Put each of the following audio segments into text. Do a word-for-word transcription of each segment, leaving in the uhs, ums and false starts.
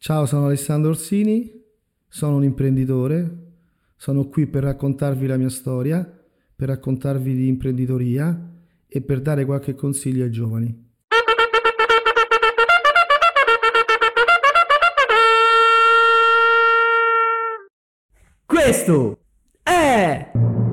Ciao, sono Alessandro Orsini, sono un imprenditore, sono qui per raccontarvi la mia storia, per raccontarvi di imprenditoria e per dare qualche consiglio ai giovani. Questo è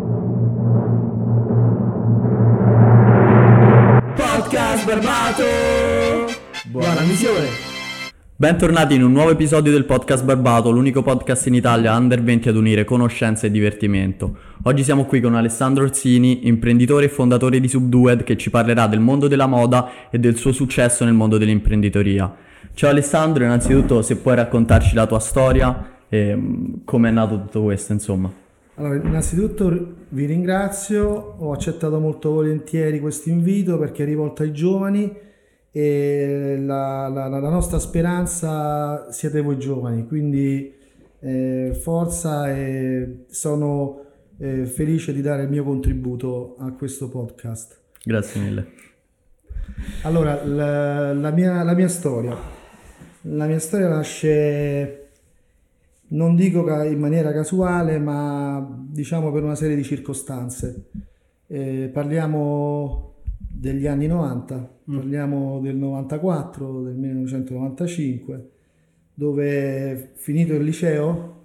Podcast Barbato. Buona missione. Bentornati in un nuovo episodio del Podcast Barbato, l'unico podcast in Italia under venti ad unire conoscenza e divertimento. Oggi siamo qui con Alessandro Orsini, imprenditore e fondatore di Subdued, che ci parlerà del mondo della moda e del suo successo nel mondo dell'imprenditoria. Ciao Alessandro, innanzitutto se puoi raccontarci la tua storia e come è nato tutto questo, insomma. Allora, innanzitutto vi ringrazio, ho accettato molto volentieri questo invito perché è rivolto ai giovani e la, la, la nostra speranza siete voi giovani, quindi eh, forza, e sono eh, felice di dare il mio contributo a questo podcast. Grazie mille. Allora, la, la, mia, la mia storia. La mia storia nasce, non dico in maniera casuale, ma diciamo per una serie di circostanze. Eh, parliamo degli anni novanta, mm. parliamo del novantaquattro, del millenovecentonovantacinque, dove finito il liceo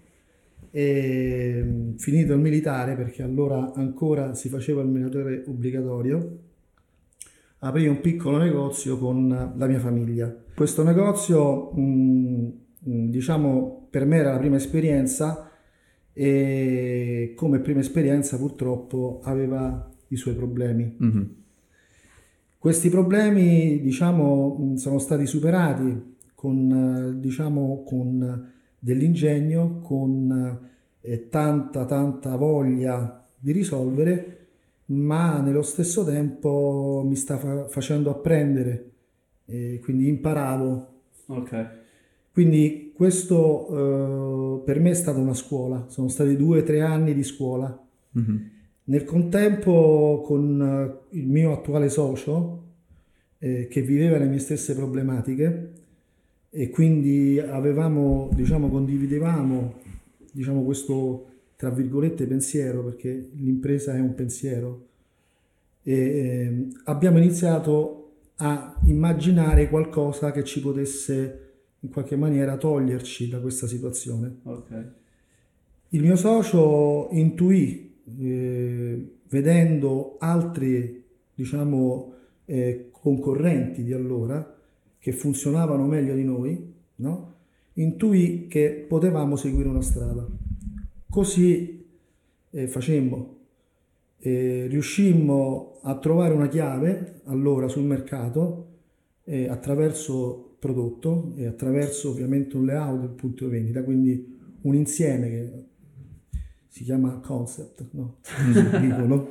e finito il militare, perché allora ancora si faceva il militare obbligatorio, aprì un piccolo negozio con la mia famiglia. Questo negozio, mh, diciamo, per me era la prima esperienza e come prima esperienza purtroppo aveva i suoi problemi. Mm-hmm. Questi problemi, diciamo, sono stati superati con, diciamo, con dell'ingegno, con eh, tanta, tanta voglia di risolvere, ma nello stesso tempo mi sta fa- facendo apprendere, eh, quindi imparavo. Ok. Quindi questo eh, per me è stata una scuola, sono stati due o tre anni di scuola. Mm-hmm. Nel contempo, con il mio attuale socio, eh, che viveva le mie stesse problematiche, e quindi avevamo, diciamo, condividevamo, diciamo, questo, tra virgolette, pensiero, perché l'impresa è un pensiero, e eh, abbiamo iniziato a immaginare qualcosa che ci potesse in qualche maniera toglierci da questa situazione. Okay. Il mio socio intuì, Eh, vedendo altri, diciamo, eh, concorrenti di allora che funzionavano meglio di noi, no? Intuì che potevamo seguire una strada. Così eh, facemmo. Eh, riuscimmo a trovare una chiave allora sul mercato eh, attraverso prodotto e attraverso ovviamente un layout del punto di vendita, quindi un insieme che si chiama concept, no? Dicono.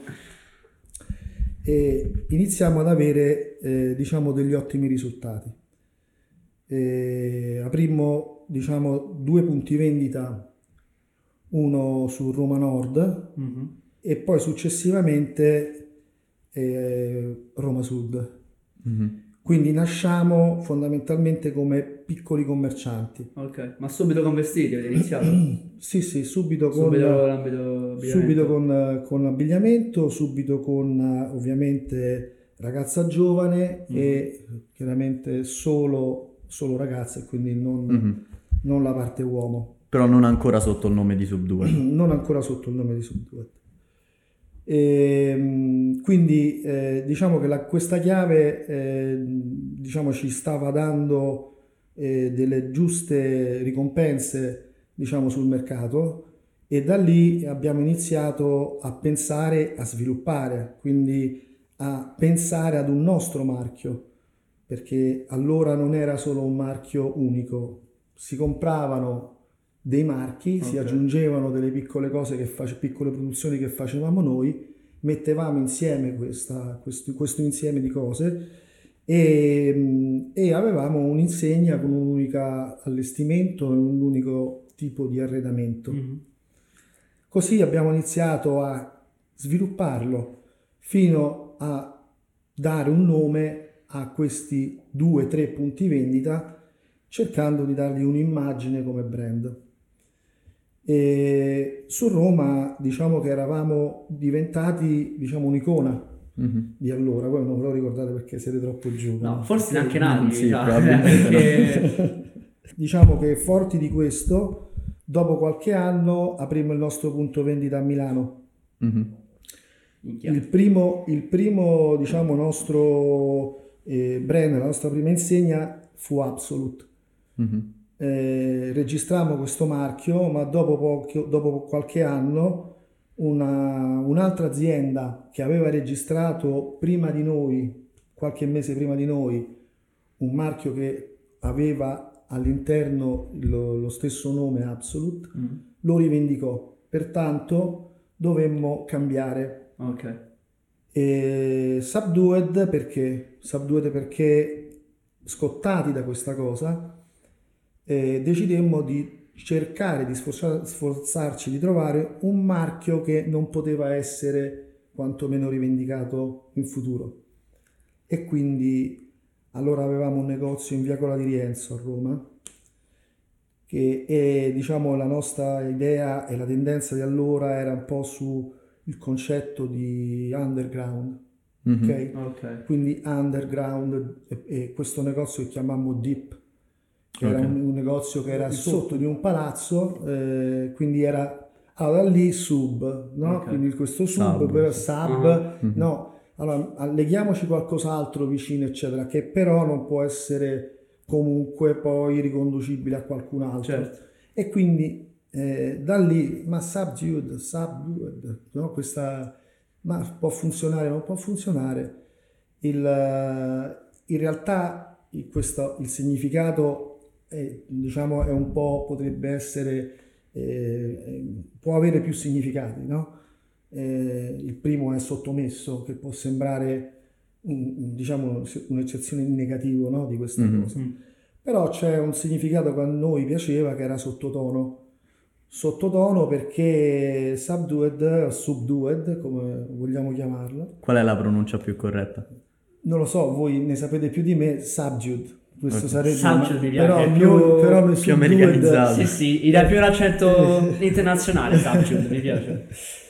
E iniziamo ad avere eh, diciamo degli ottimi risultati. E aprimmo, diciamo, due punti vendita, uno su Roma Nord, mm-hmm. e poi successivamente eh, Roma Sud. Mm-hmm. Quindi nasciamo fondamentalmente come piccoli commercianti. Ok, ma subito con vestiti avete iniziato? Sì, sì, subito con, subito l'ambito subito con, con abbigliamento, subito con ovviamente ragazza giovane, mm-hmm. e chiaramente solo, solo ragazze, quindi non, mm-hmm. non la parte uomo. Però non ancora sotto il nome di Subdued. Non ancora sotto il nome di Subdued. E, quindi eh, diciamo che la, questa chiave eh, diciamo ci stava dando eh, delle giuste ricompense, diciamo, sul mercato, e da lì abbiamo iniziato a pensare, a sviluppare, quindi a pensare ad un nostro marchio, perché allora non era solo un marchio unico, si compravano dei marchi, okay. Si aggiungevano delle piccole cose, che face, piccole produzioni che facevamo noi, mettevamo insieme questa, questo, questo insieme di cose e, e avevamo un'insegna con un unico allestimento e un unico tipo di arredamento. Mm-hmm. Così abbiamo iniziato a svilupparlo fino a dare un nome a questi due o tre punti vendita. cercando di dargli un'immagine come brand. E su Roma diciamo che eravamo diventati diciamo un'icona Mhm. di allora, voi non ve lo ricordate perché siete troppo giovani. No, forse neanche nati, Sì, sa, probabilmente no. perché- Diciamo che forti di questo, dopo qualche anno aprimmo il nostro punto vendita a Milano. Mhm. Minchia. Il primo, il primo diciamo, nostro eh, brand, la nostra prima insegna fu Absolute. Mhm. Eh, registrammo questo marchio, ma dopo, poco- dopo qualche anno una- un'altra azienda che aveva registrato prima di noi, qualche mese prima di noi, un marchio che aveva all'interno lo, lo stesso nome Absolute, Mm. lo rivendicò. Pertanto dovemmo cambiare. Ok. E Subdued perché? Subdued perché scottati da questa cosa eh, decidemmo di cercare di sforza- sforzarci di trovare un marchio che non poteva essere quantomeno rivendicato in futuro. E quindi allora avevamo un negozio in via Cola di Rienzo a Roma che è, diciamo, la nostra idea e la tendenza di allora era un po' su il concetto di underground, Mhm. ok? Ok. Quindi underground e, e questo negozio che chiamammo Deep, che era Ok. un, un negozio che era sotto di un palazzo, eh, quindi era allora da lì sub, no? Ok. Quindi questo sub, Sub, però sì. sub, Ah. Mhm. no, allora alleghiamoci qualcos'altro vicino, eccetera, che però non può essere comunque poi riconducibile a qualcun altro. Certo. E quindi eh, da lì, ma subdued, subdued, no? Questa, ma può funzionare, non può funzionare. Il, eh, in realtà il, questo, il significato è, diciamo, è un po', potrebbe essere, eh, può avere più significati, no? Eh, il primo è sottomesso, che può sembrare un- un- diciamo, un'eccezione in negativo, no, di questa Mhm. cosa. Mm. Però c'è un significato che a noi piaceva che era sottotono. Sottotono perché subdued o subdued, come vogliamo chiamarlo, Qual è la pronuncia più corretta? non lo so, voi ne sapete più di me, subdued. Questo Ok. sarebbe Subdued mi piace, però è noi, più- però noi più subdued- americanizzato. Sì, sì, gli dai più l'accento internazionale, Subdued, mi piace.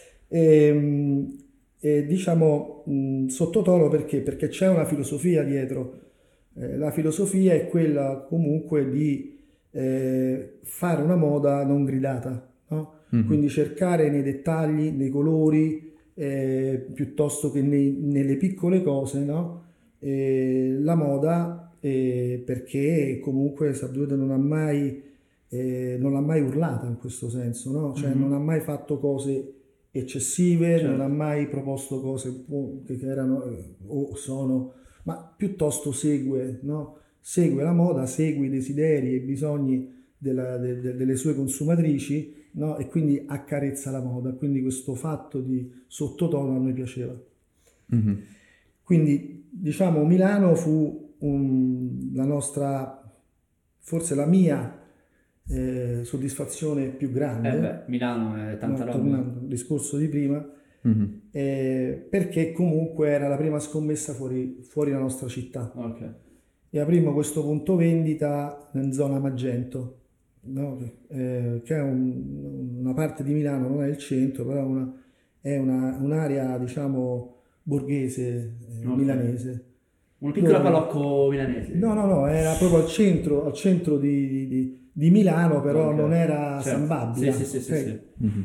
E, e diciamo mh, sottotono perché? Perché c'è una filosofia dietro. Eh, la filosofia è quella comunque di eh, fare una moda non gridata, no? Mhm. Quindi cercare nei dettagli, nei colori, eh, piuttosto che nei- nelle piccole cose, no? Eh, la moda, eh, perché comunque Subdued non ha mai, eh, non l'ha mai urlata in questo senso, no? Cioè Mhm. non ha mai fatto cose eccessive, Certo. non ha mai proposto cose po- che che erano eh, o sono, ma piuttosto segue, no? Segue la moda, segue i desideri e i bisogni della- de- de- delle sue consumatrici, no? E quindi accarezza la moda. Quindi questo fatto di sottotono a noi piaceva. Mhm. Quindi diciamo Milano fu un- la nostra, forse la mia eh, soddisfazione più grande. Eh beh, Milano è tanta No, roba. tornando al discorso di prima, Mhm. eh, perché comunque era la prima scommessa fuori, fuori la nostra città Ok. e aprimmo questo punto vendita in zona Magento, no? Eh, che è un- una parte di Milano, non è il centro, però una- è una- un'area diciamo borghese, eh, Ok. milanese. Un piccolo Dove- palocco milanese. No, no, no, era proprio al centro, al centro di, di- di- di Milano, però Ok. non era Certo. San Babila. Sì, sì, sì, sì, ok? sì. Mhm.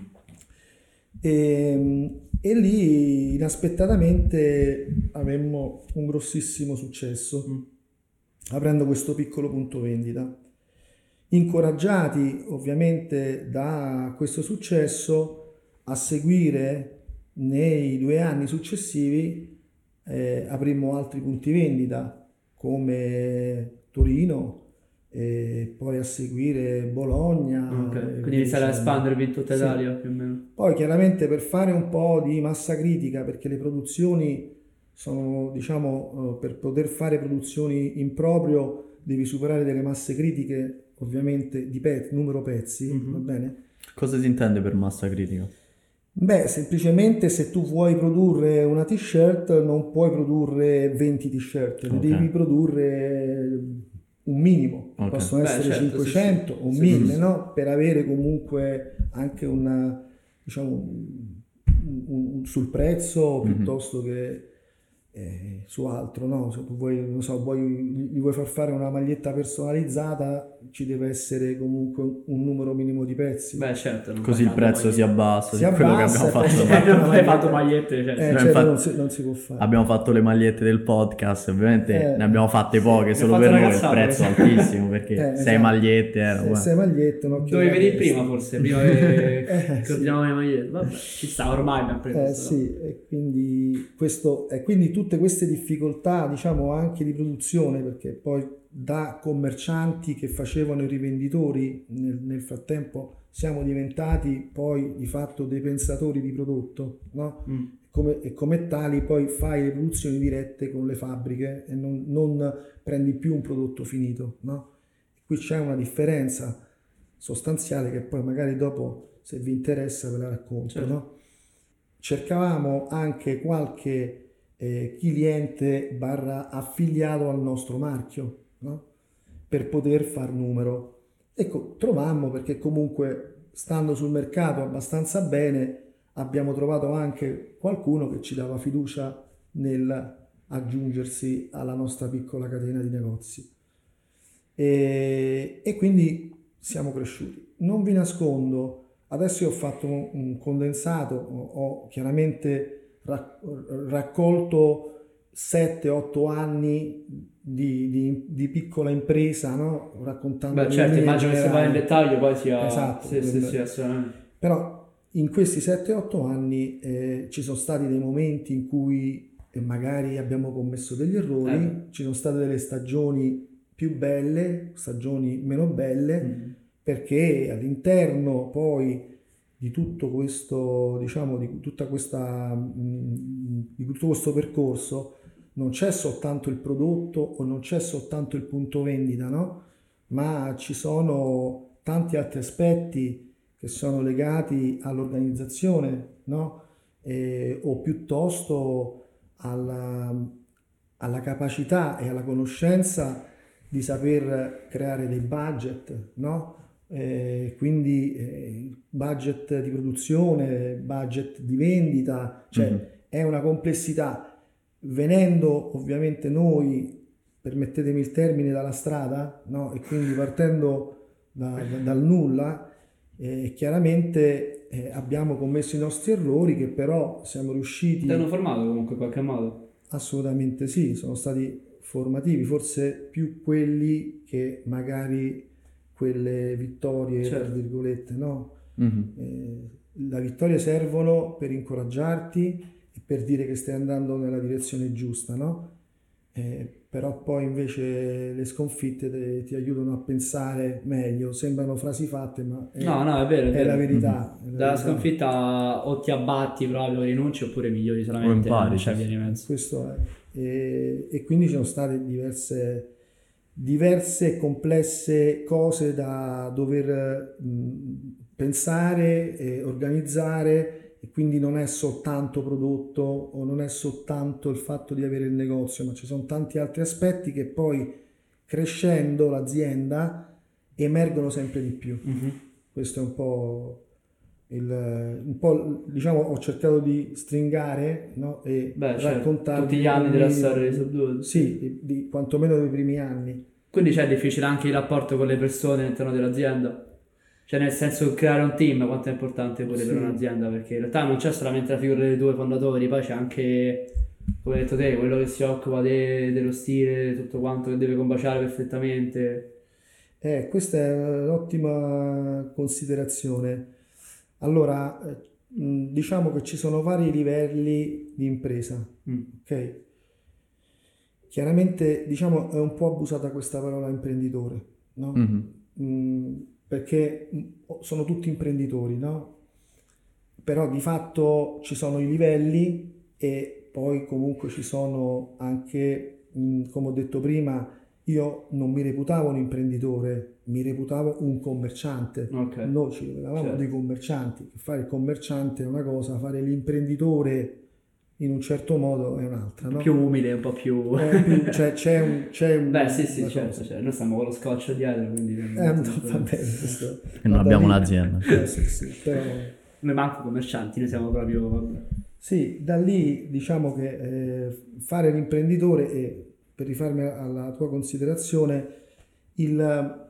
E, e lì inaspettatamente avemmo un grossissimo successo Mm. aprendo questo piccolo punto vendita. Incoraggiati ovviamente da questo successo a seguire nei due anni successivi eh, aprimmo altri punti vendita come Torino e poi a seguire Bologna. Ok. e Quindi via iniziare a dicendo. espandervi in tutta Sì. Italia, più o meno. Poi chiaramente per fare un po' di massa critica, perché le produzioni sono, diciamo, eh, per poter fare produzioni in proprio devi superare delle masse critiche, ovviamente di pezzi, numero pezzi, Mhm. va bene? Cosa si intende per massa critica? Beh, semplicemente se tu vuoi produrre una t-shirt non puoi produrre venti t-shirt, ne Ok. devi produrre un minimo, Ok. possono Beh, essere certo, cinquecento sì, sì. o Sì, mille, sì. no? Per avere comunque anche una, diciamo, un- un- un- sul prezzo Mhm. piuttosto che eh, su altro, no? Se tu vuoi, non so, vuoi, gli vuoi far fare una maglietta personalizzata, ci deve essere comunque un numero minimo di pezzi. Beh, certo, non Così il fai tanto prezzo si magliette. abbassa, Si sì, quello che abbassa abbiamo e poi fatto. si fa Non una hai fatto maglietta. magliette, cioè, Eh, sì. No, certo, infatti- non si, non si può fare. Abbiamo fatto le magliette del podcast, ovviamente Eh, ne abbiamo fatte poche ne solo ho per fatto una noi, il cazzata, prezzo è questa. altissimo perché Eh, sei esatto. magliette era, Se- guarda. sei magliette, un occhio Dovevi alla venire testa. prima forse, prima che, Eh, che sì. ordinavamo le magliette. Vabbè, ci sta, ormai abbiamo preso Eh questo. sì, e quindi, questo, e quindi tutte queste difficoltà, diciamo anche di produzione, perché poi da commercianti che facevano i rivenditori, nel, nel frattempo siamo diventati poi di fatto dei pensatori di prodotto, no? Mm. Come, e come tali poi fai le produzioni dirette con le fabbriche e non, non prendi più un prodotto finito, no? Qui c'è una differenza sostanziale che poi magari dopo, se vi interessa, ve la racconto, Certo. no? Cercavamo anche qualche eh, cliente barra affiliato al nostro marchio, no? Per poter far numero. Ecco, trovammo, perché comunque stando sul mercato abbastanza bene, abbiamo trovato anche qualcuno che ci dava fiducia nel aggiungersi alla nostra piccola catena di negozi. E, e quindi siamo cresciuti. Non vi nascondo, adesso io ho fatto un, un condensato, ho, ho chiaramente rac- raccolto sette otto anni di, di- di piccola impresa, no? Raccontando Beh, le certo, linee immagino che se vai nel generali. dettaglio poi sia... Esatto, Sì, sì, quel- sì, assolutamente. Però in questi sette otto anni eh, ci sono stati dei momenti in cui eh, magari abbiamo commesso degli errori, Eh. ci sono state delle stagioni più belle, stagioni meno belle, Mm. perché all'interno poi di tutto questo, diciamo, di tutta questa, mh, di tutto questo percorso non c'è soltanto il prodotto o non c'è soltanto il punto vendita, no? Ma ci sono tanti altri aspetti che sono legati all'organizzazione, no? Eh, o piuttosto alla, alla capacità e alla conoscenza di saper creare dei budget, no? Eh, quindi eh, budget di produzione, budget di vendita, cioè Mhm. è una complessità. Venendo ovviamente noi, permettetemi il termine, dalla strada, no? E quindi partendo da- da- dal nulla, eh, chiaramente eh, abbiamo commesso i nostri errori che però siamo riusciti. Ti hanno formato comunque in qualche modo? Assolutamente sì, sono stati formativi, forse più quelli che magari quelle vittorie, tra Certo. virgolette, no? Mhm. Eh, la vittoria servono per incoraggiarti e per dire che stai andando nella direzione giusta, no? Eh, però poi invece le sconfitte te- ti aiutano a pensare meglio, sembrano frasi fatte, ma è, No, no, è vero, è è la vero. verità. è la Dalla verità. sconfitta o ti abbatti proprio, rinunci, oppure migliori solamente, O impari, non c'è sì, via sì. di mezzo. Questo è. E, e quindi ci sono state diverse, diverse complesse cose da dover mh, pensare e organizzare, e quindi non è soltanto prodotto o non è soltanto il fatto di avere il negozio, ma ci sono tanti altri aspetti che poi crescendo l'azienda emergono sempre di più. Mhm. Questo è un po' il, un po', diciamo, ho cercato di stringare, no? E Beh, certo, raccontarvi tutti gli anni della di- storia di Subdued. Sì, di, di- quantomeno dei primi anni. Quindi c'è difficile anche il rapporto con le persone all'interno dell'azienda. Cioè nel senso creare un team quanto è importante pure Sì. per un'azienda, perché in realtà non c'è solamente la figura dei due fondatori, poi c'è anche, come hai detto te, quello che si occupa de- dello stile, tutto quanto che deve combaciare perfettamente. Eh, questa è un'ottima considerazione. Allora, eh, mh, diciamo che ci sono vari livelli di impresa, Mm. ok? Chiaramente, diciamo, è un po' abusata questa parola imprenditore, no? Mhm. Mm, perché mm, sono tutti imprenditori, no? Però di fatto ci sono i livelli e poi comunque ci sono anche, mm, come ho detto prima, io non mi reputavo un imprenditore, mi reputavo un commerciante. Ok. Noi ci reputavamo Certo. dei commercianti. Fare il commerciante è una cosa, fare l'imprenditore in un certo modo è un'altra, no? Più umile, un po' più... È più cioè, c'è un... C'è un Beh, sì, sì, una certo, cosa. cioè, noi stiamo con lo scotch dietro, quindi... Eh, no, va bene, questo- E non da abbiamo lì- un'azienda. Eh, sì, sì, però... Noi manco commercianti, noi siamo proprio... Vabbè. Sì, da lì diciamo che eh, fare l'imprenditore e per rifarmi alla tua considerazione, il,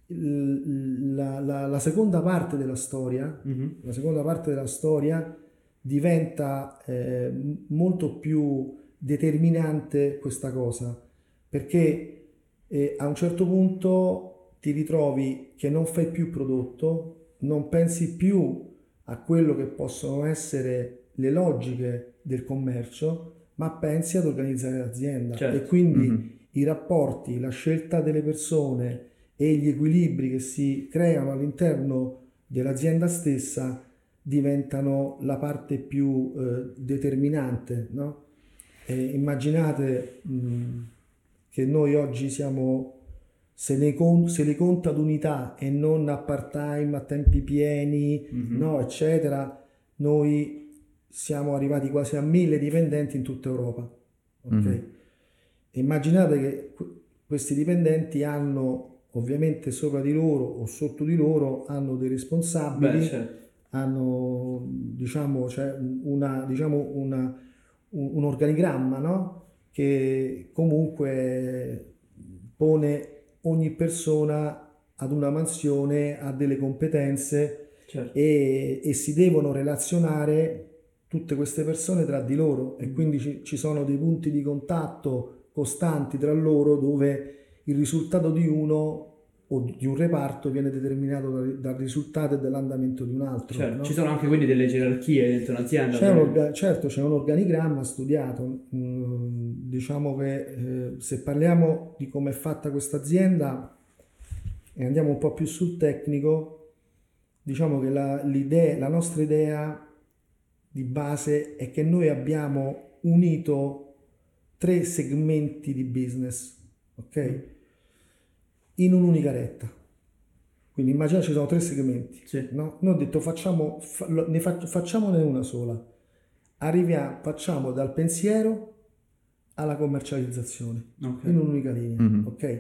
il- la, la- la seconda parte della storia, Mhm. la seconda parte della storia diventa eh, molto più determinante questa cosa, perché eh, a un certo punto ti ritrovi che non fai più prodotto, non pensi più a quello che possono essere le logiche del commercio, ma pensi ad organizzare l'azienda. Certo. E quindi Mhm. i rapporti, la scelta delle persone e gli equilibri che si creano all'interno dell'azienda stessa diventano la parte più eh, determinante, no? E immaginate mh, che noi oggi siamo, se le, con- se le conta ad unità e non a part-time, a tempi pieni, Mhm. no, eccetera, noi siamo arrivati quasi a mille dipendenti in tutta Europa. Ok? Mhm. Immaginate che que- questi dipendenti hanno ovviamente sopra di loro o sotto di loro hanno dei responsabili, Beh, certo. hanno diciamo, cioè una, diciamo una, un, un organigramma, no? Che comunque pone ogni persona ad una mansione, ha delle competenze Certo. e, e si devono relazionare tutte queste persone tra di loro e quindi ci, ci sono dei punti di contatto costanti tra loro dove il risultato di uno o di un reparto viene determinato dal, dal risultato e dall'andamento di un altro. Certo. No? Ci sono anche quindi delle gerarchie dentro un'azienda. C'è un ovviamente. orga- certo, c'è un organigramma studiato. Mm, diciamo che eh, se parliamo di come è fatta questa azienda e andiamo un po' più sul tecnico, diciamo che la, l'idea, la nostra idea di base è che noi abbiamo unito tre segmenti di business, ok? In un'unica retta. Quindi immagina ci sono tre segmenti, Sì. no? Noi ho detto facciamo, fa- lo- ne fac- facciamone una sola. Arriviamo, facciamo dal pensiero alla commercializzazione Ok. in un'unica linea, Mhm. ok?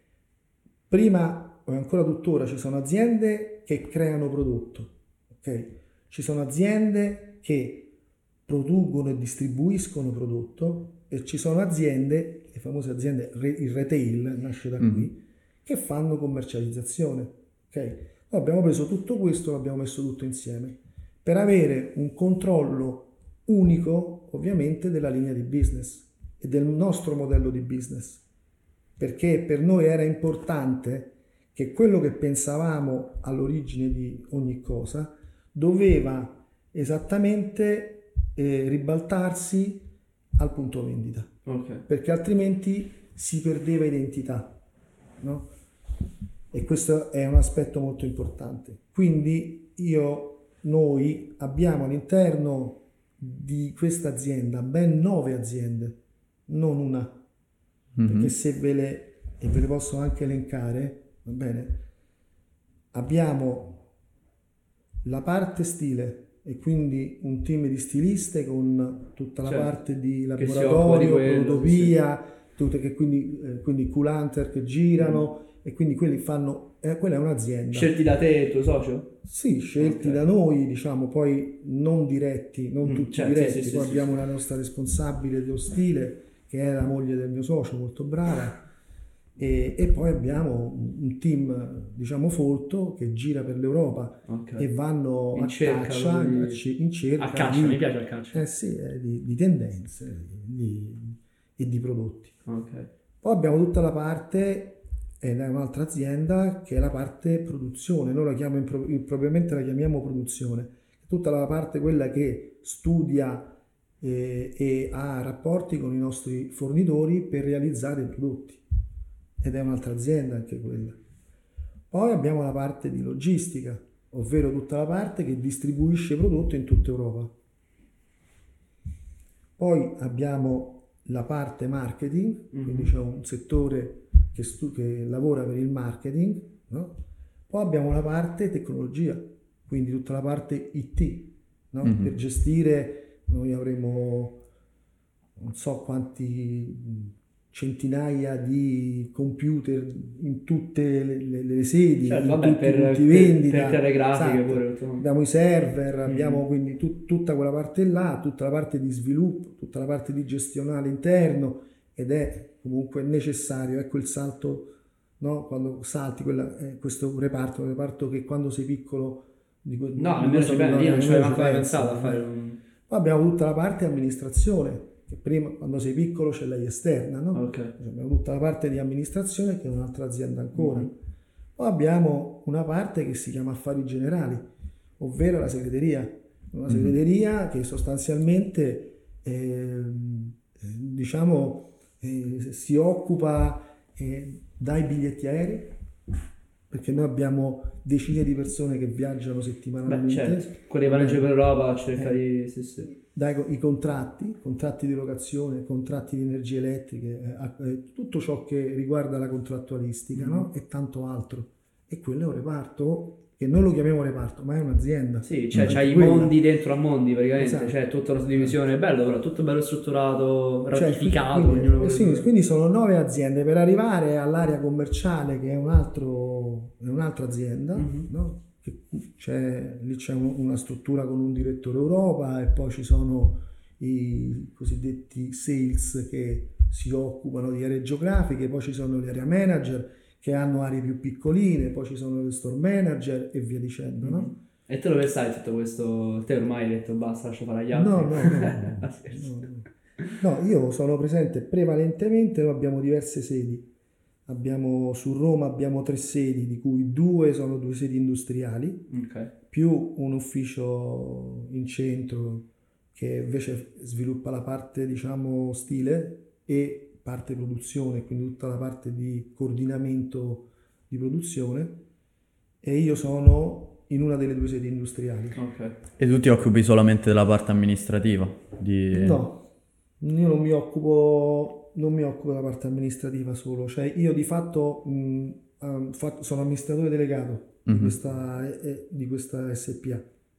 Prima o ancora tuttora ci sono aziende che creano prodotto, ok? Ci sono aziende che producono e distribuiscono prodotto e ci sono aziende, le famose aziende, re- il retail nasce da qui, che fanno commercializzazione, ok? Noi abbiamo preso tutto questo, l'abbiamo messo tutto insieme per avere un controllo unico, ovviamente, della linea di business e del nostro modello di business, perché per noi era importante che quello che pensavamo all'origine di ogni cosa doveva esattamente eh, ribaltarsi al punto vendita, Ok. perché altrimenti si perdeva identità, no? E questo è un aspetto molto importante. Quindi io, noi abbiamo all'interno di questa azienda ben nove aziende, non una, Mhm. perché se ve le, e ve le posso anche elencare, va bene, abbiamo la parte stile e quindi un team di stiliste con tutta la Certo. parte di Che si occupa di laboratorio, quello, protopia, tutte che quindi, eh, quindi cool hunter che girano e quindi quelli fanno, eh, quella è un'azienda. Scelti da te e il tuo socio? Sì, scelti Ok. da noi, diciamo, poi non diretti, non Mm, tutti certo, diretti, sì, sì, poi sì, abbiamo sì. la nostra responsabile dello stile, che è la moglie del mio socio, molto brava, e, e poi abbiamo un team, diciamo, folto, che gira per l'Europa Ok. e vanno In a cerca caccia, di- a ci- in cerca A caccia, di, mi piace il calcio. eh sì, eh, di, di tendenze di- e di prodotti. Ok. Poi abbiamo tutta la parte, ed è un'altra azienda, che è la parte produzione, noi la chiamo impro- impropriamente la chiamiamo produzione, tutta la parte quella che studia eh, e ha rapporti con i nostri fornitori per realizzare i prodotti, ed è un'altra azienda anche quella. Poi abbiamo la parte di logistica, ovvero tutta la parte che distribuisce prodotto in tutta Europa. Poi abbiamo la parte marketing, quindi c'è un settore che, stu- che lavora per il marketing, no? Poi abbiamo la parte tecnologia, quindi tutta la parte I T, no? Mhm. Per gestire noi avremo non so quanti centinaia di computer in tutte le, le, le sedi, Certo, in vabbè, tutti per, i punti per, vendita. per creare grafiche Esatto. pure. tutto. Abbiamo i server, abbiamo Mm. quindi tut- tutta quella parte là, tutta la parte di sviluppo, tutta la parte di gestione all'interno, ed è comunque necessario, ecco il salto, no? Quando salti quella, eh, questo reparto, un reparto che quando sei piccolo di que- No, di nemmeno questo ci penso, io non ci nemmeno avevo mai pensi, pensato a no? fare un... Poi abbiamo tutta la parte amministrazione, che prima quando sei piccolo ce l'hai esterna, no? Ok. Abbiamo tutta la parte di amministrazione che è un'altra azienda ancora. Mm. Poi abbiamo una parte che si chiama affari generali, ovvero la segreteria. Una segreteria che sostanzialmente ehm, eh, diciamo eh, si occupa eh, dai biglietti aerei, perché noi abbiamo decine di persone che viaggiano Beh, settimanalmente. certo, quelli vanno in giro per Europa cerca di... Sì, sì. Dai, i contratti, contratti di locazione, contratti di energie elettriche, eh, eh, tutto ciò che riguarda la contrattualistica, no? E tanto altro. E quello è un reparto che noi lo chiamiamo reparto, ma è un'azienda. Sì, cioè Mm. c'hai i Quella. mondi dentro a mondi praticamente, Esatto. cioè tutta la suddivisione, è bello però, tutto bello strutturato, Cioè, ratificato. quindi, ognuno eh, con- sì, quindi sono nove aziende per arrivare all'area commerciale, che è, un altro, è un'altra azienda, Mhm. no? Che c'è, lì c'è un- una struttura con un direttore Europa, e poi ci sono i cosiddetti sales che si occupano di aree geografiche, poi ci sono gli area manager che hanno aree più piccoline, poi ci sono le store manager e via dicendo, no? E te dove sai tutto questo? Te ormai hai detto basta, lascia fare agli altri. No, no, no, Ah, no, scherzo. no, no. No, io sono presente prevalentemente, noi abbiamo diverse sedi. Abbiamo, su Roma abbiamo tre sedi, di cui due sono due sedi industriali, Ok. più un ufficio in centro che invece sviluppa la parte, diciamo, stile e parte produzione, quindi tutta la parte di coordinamento di produzione, e io sono in una delle due sedi industriali. Ok. E tu ti occupi solamente della parte amministrativa? Di... No, io non mi occupo, non mi occupo della parte amministrativa solo, cioè io di fatto mh, um, fa- sono amministratore delegato di Mhm. questa, eh, eh, di questa S P A,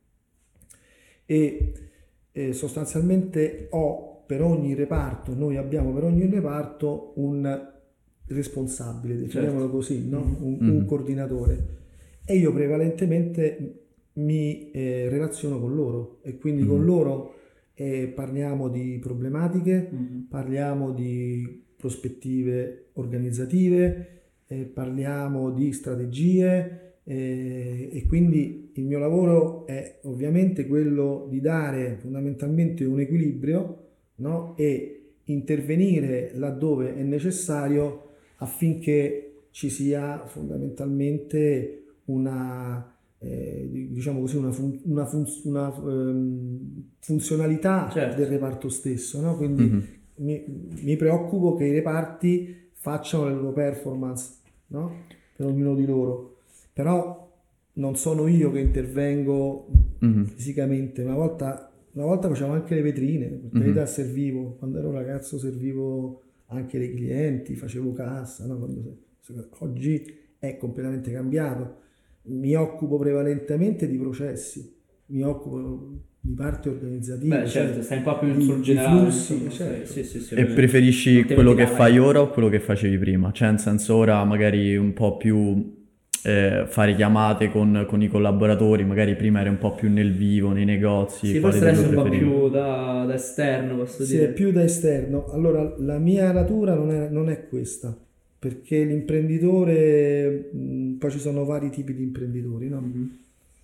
e eh, sostanzialmente ho per ogni reparto, noi abbiamo per ogni reparto un responsabile, definiamolo Certo. così, no? Mhm. un, Mhm. un coordinatore, e io prevalentemente mi eh, relaziono con loro, e quindi con Mhm. loro eh, parliamo di problematiche, Mhm. parliamo di prospettive organizzative, eh, parliamo di strategie, eh, e quindi il mio lavoro è ovviamente quello di dare fondamentalmente un equilibrio, no? E intervenire laddove è necessario affinché ci sia fondamentalmente una, eh, diciamo così, una, fun- una fun- una, ehm, funzionalità Certo. del reparto stesso, no? Quindi Mhm. mi, mi preoccupo che i reparti facciano le loro performance, no? Per ognuno di loro. Però non sono io che intervengo Mhm. fisicamente. Una volta, una volta facevo anche le vetrine, per Mhm. carità, servivo. Quando ero ragazzo servivo anche dei clienti, facevo cassa, no? Quando- oggi è completamente cambiato. Mi occupo prevalentemente di processi, mi occupo di parte organizzativa, Beh, cioè certo, stai un po' più di- sul di generale. flussi, insomma, certo. sì, sì, sì, E ovviamente. preferisci Non te quello metti che là, fai vai. ora o quello che facevi prima? Cioè, nel senso, ora magari un po' più eh, fare chiamate con, con i collaboratori, magari prima eri un po' più nel vivo, nei negozi, Sì, quale forse dei adesso due un po' preferivi? più da, da esterno, posso Se dire. è più da esterno, allora la mia natura non è, non è questa, perché l'imprenditore, mh, poi ci sono vari tipi di imprenditori, no? Mhm.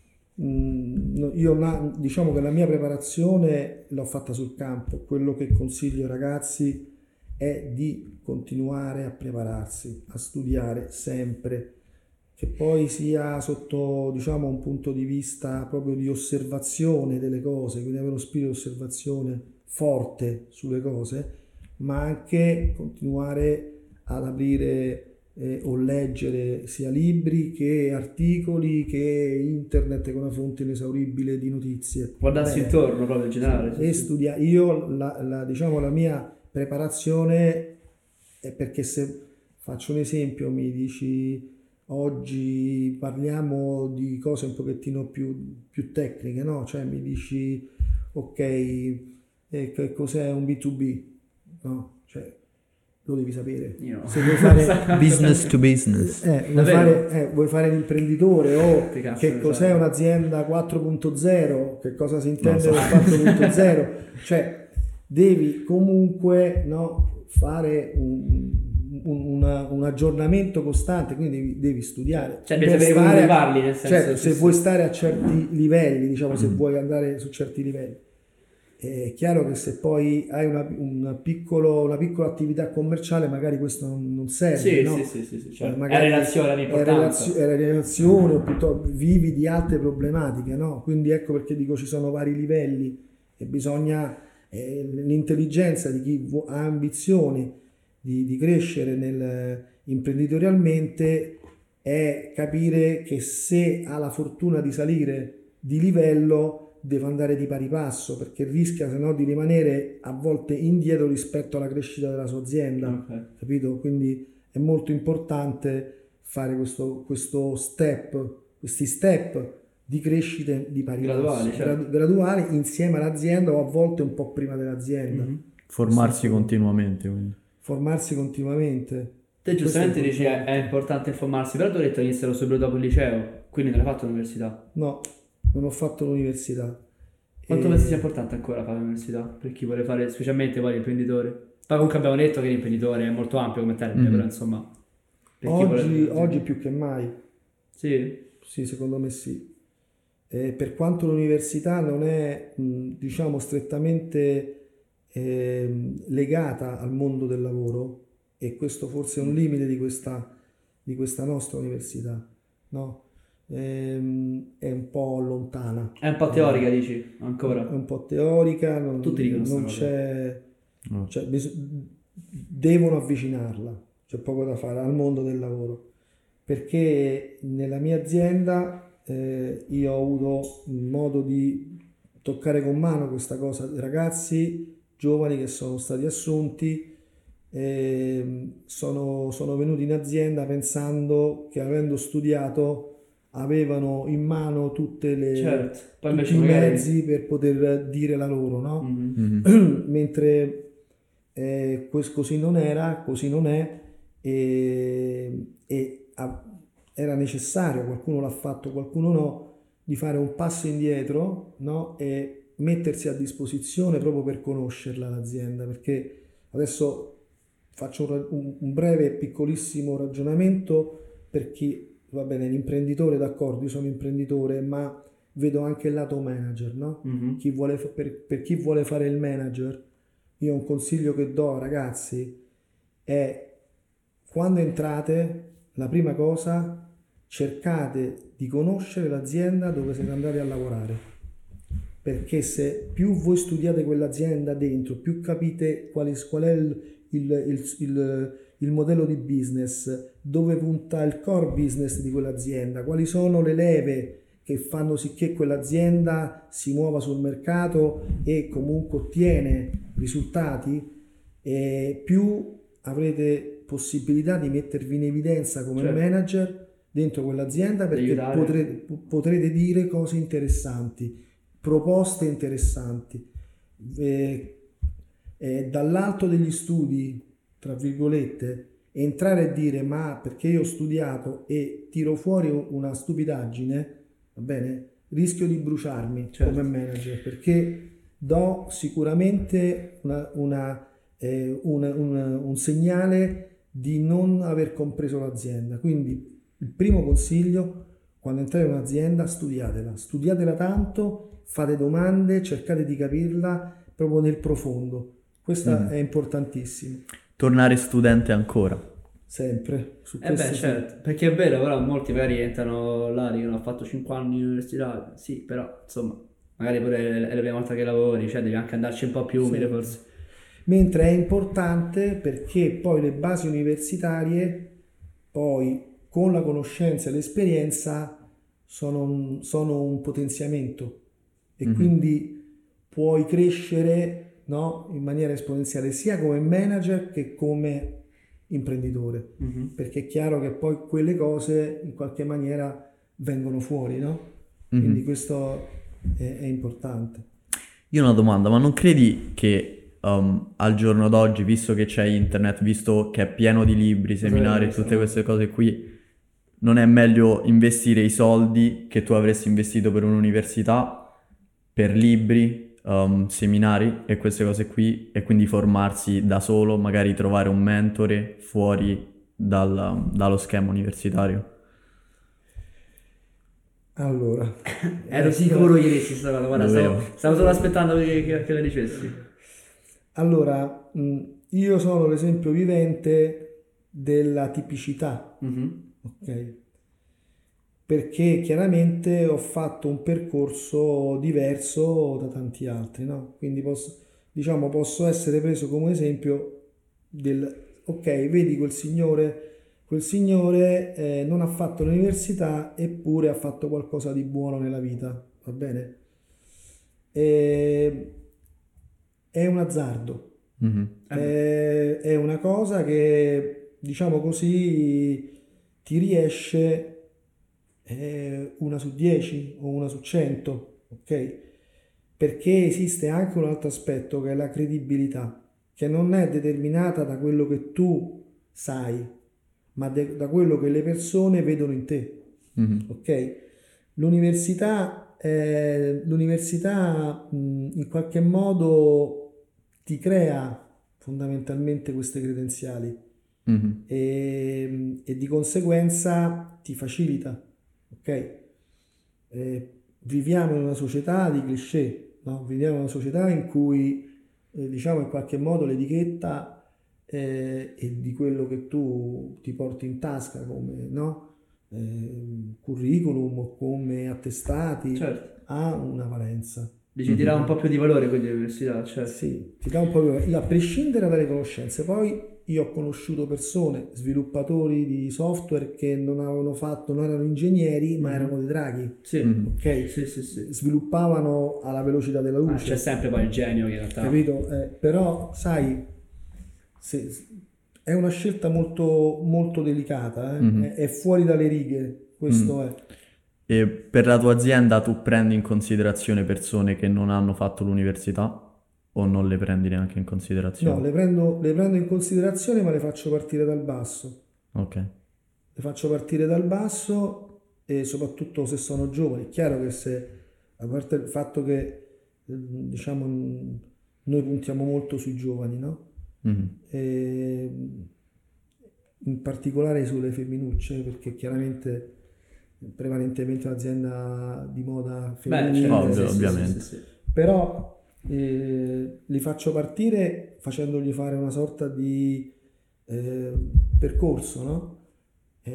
Mm, no, io la- diciamo che la mia preparazione l'ho fatta sul campo. Quello che consiglio ai ragazzi è di continuare a prepararsi, a studiare sempre, che poi sia sotto, diciamo, un punto di vista proprio di osservazione delle cose, quindi avere uno spirito di osservazione forte sulle cose, ma anche continuare ad aprire eh, o leggere sia libri che articoli che internet, con una fonte inesauribile di notizie. Guardarsi Bene. intorno proprio in generale. sì, E sì. studiare. Io la, la- diciamo la mia preparazione è perché, se faccio un esempio, mi dici oggi parliamo di cose un pochettino più, più tecniche, no? Cioè mi dici ok, eh, che cos'è un B due B? no? Cioè, lo devi sapere. Io no. Se vuoi fare Business to business. Eh, vuoi, Davvero? fare, eh, vuoi fare l'imprenditore o Che cazzo che ne cos'è sai? un'azienda quattro punto zero, che cosa si intende Non con so. quattro punto zero, cioè devi comunque, no, fare un, un- una- un aggiornamento costante, quindi devi, devi studiare. Cioè, devi Per sapere come stare- parli, nel senso, cioè, sì, se sì. vuoi stare a certi livelli, diciamo, Mm. se vuoi andare su certi livelli. È chiaro che se poi hai una, una piccolo- una piccola attività commerciale, magari questo non, non serve, Sì, no? sì, sì, sì, sì, certo. Eh, magari È relazione è all'importanza. relazio- è relazione o piuttosto vivi di altre problematiche, no? Quindi ecco perché dico ci sono vari livelli e bisogna eh, l'intelligenza di chi vu- ha ambizioni di, di crescere nel, imprenditorialmente è capire che se ha la fortuna di salire di livello deve andare di pari passo, perché rischia se no di rimanere a volte indietro rispetto alla crescita della sua azienda, Ok. capito? Quindi è molto importante fare questo, questo step, questi step di crescita di pari Graduali, passo, certo. gradu- graduali insieme all'azienda o a volte un po' prima dell'azienda. Mhm. Formarsi continuamente, quindi. Formarsi continuamente. Te giustamente Questo è dici è, importante. è importante informarsi, però tu hai detto che iniziato subito dopo il liceo, quindi non hai fatto l'università. No, non ho fatto l'università. Quanto E- pensi sia importante ancora fare l'università per chi vuole fare, specialmente poi l'imprenditore? Poi comunque abbiamo detto che l'imprenditore è molto ampio come termine, Mhm. però insomma... per chi vuole Oggi, fare- oggi più che mai, Sì? sì, secondo me sì. Eh, per quanto l'università non è, mh, diciamo, strettamente ehm, legata al mondo del lavoro, e questo forse è un limite di questa, di questa nostra università, no? Ehm, è un po' lontana. È un po' teorica, dici, È ancora. un po' teorica, non, Tutti dicono sta non cosa. c'è, No. cioè, bis- devono avvicinarla, c'è poco da fare al mondo del lavoro, perché nella mia azienda eh, io ho avuto modo di toccare con mano questa cosa, ragazzi giovani che sono stati assunti, ehm, sono, sono venuti in azienda pensando che avendo studiato avevano in mano tutte le, Certo, poi tutti invece i magari... mezzi per poter dire la loro, no? Mhm. Mhm. Mentre eh, questo così non era, così non è, e, e a- era necessario, qualcuno l'ha fatto, qualcuno no, di fare un passo indietro, no? E mettersi a disposizione proprio per conoscerla l'azienda, perché adesso faccio un, ra- un- un breve piccolissimo ragionamento per chi, va bene, l'imprenditore, d'accordo, io sono imprenditore, ma vedo anche il lato manager, no? Mhm. Chi vuole fa- per, per chi vuole fare il manager, io un consiglio che do, ragazzi, è quando entrate, la prima cosa, cercate di conoscere l'azienda dove siete andati a lavorare. Perché se più voi studiate quell'azienda dentro, più capite quali- qual è il, il- il- il- il modello di business, dove punta il core business di quell'azienda, quali sono le leve che fanno sì che quell'azienda si muova sul mercato e comunque ottiene risultati, e più avrete possibilità di mettervi in evidenza come Certo. manager dentro quell'azienda, perché aiutare. potrete, potrete dire cose interessanti, proposte interessanti. Eh, eh, dall'alto degli studi, tra virgolette, entrare e dire ma perché io ho studiato e tiro fuori una stupidaggine, va bene, rischio di bruciarmi Certo. come manager, perché do sicuramente una, una, eh, un, un, un segnale di non aver compreso l'azienda. Quindi il primo consiglio, quando entrate in un'azienda, studiatela, studiatela tanto, fate domande, cercate di capirla proprio nel profondo. Questo Mhm. è importantissimo, Tornare studente ancora. sempre. Su Eh beh, questo sì. certo, perché è vero, però molti magari entrano là, dicono ho fatto cinque anni in università, sì, però insomma, magari pure è è la prima volta che lavori, cioè devi anche andarci un po' più umile Sempre. forse. Mentre è importante perché poi le basi universitarie, poi con la conoscenza e l'esperienza, sono un, sono un potenziamento, e Mhm. quindi puoi crescere, no, in maniera esponenziale sia come manager che come imprenditore, Mhm. perché è chiaro che poi quelle cose in qualche maniera vengono fuori, no? Mhm. Quindi questo è, è importante. Io ho una domanda, ma non credi che um, al giorno d'oggi, visto che c'è internet, visto che è pieno di libri, seminari, Esatto. tutte queste cose qui, non è meglio investire i soldi che tu avresti investito per un'università, per libri, um, seminari e queste cose qui, e quindi formarsi da solo, magari trovare un mentore fuori dal- dallo schema universitario? Allora, Ero eh, sicuro che avessi questa cosa, guarda, Lo stavo, vedo. stavo solo aspettando che, che, che la dicessi. allora, mh, io sono l'esempio vivente della tipicità, Mhm. ok? Perché chiaramente ho fatto un percorso diverso da tanti altri, no? Quindi posso, diciamo, posso essere preso come esempio del, ok, vedi quel signore, quel signore eh, non ha fatto l'università eppure ha fatto qualcosa di buono nella vita, va bene? E- è un azzardo, Mhm. Eh beh, è, è una cosa che, diciamo così, ti riesce eh, una su dieci o una su cento, ok? Perché esiste anche un altro aspetto che è la credibilità, che non è determinata da quello che tu sai, ma de- da quello che le persone vedono in te, Mhm. ok? L'università, eh, l'università mh, in qualche modo ti crea fondamentalmente queste credenziali Mhm. e, e di conseguenza ti facilita, ok? Eh, viviamo in una società di cliché, no? Viviamo in una società in cui, eh, diciamo, in qualche modo l'etichetta eh, è di quello che tu ti porti in tasca come, no? Eh, curriculum o come attestati certo. ha una valenza. Dici, ti dà un po' più di valore quindi l'università, certo. Sì, ti dà un po' più, a prescindere dalle conoscenze. Poi io ho conosciuto persone, sviluppatori di software che non avevano fatto, non erano ingegneri, ma Mhm. erano dei draghi, Sì, Mhm. ok? sì, sì, sì. Sviluppavano alla velocità della Ah, luce, c'è sempre poi il genio che in realtà... capito? Eh, però, sai, se- è una scelta molto, molto delicata, eh? Mhm. È, è fuori dalle righe, questo Mm. è. E per la tua azienda tu prendi in considerazione persone che non hanno fatto l'università o non le prendi neanche in No, considerazione? le prendo, le prendo in considerazione, ma le faccio partire dal basso. Ok. Le faccio partire dal basso e soprattutto se sono giovani. È chiaro che se, a parte il fatto che eh, diciamo n- noi puntiamo molto sui giovani, no? Mhm. E, in particolare sulle femminucce, perché chiaramente prevalentemente un'azienda di moda Beh, certo, femminile, Ovvio, sì, sì, sì, ovviamente. sì, sì. però eh, li faccio partire facendogli fare una sorta di eh, percorso, no? E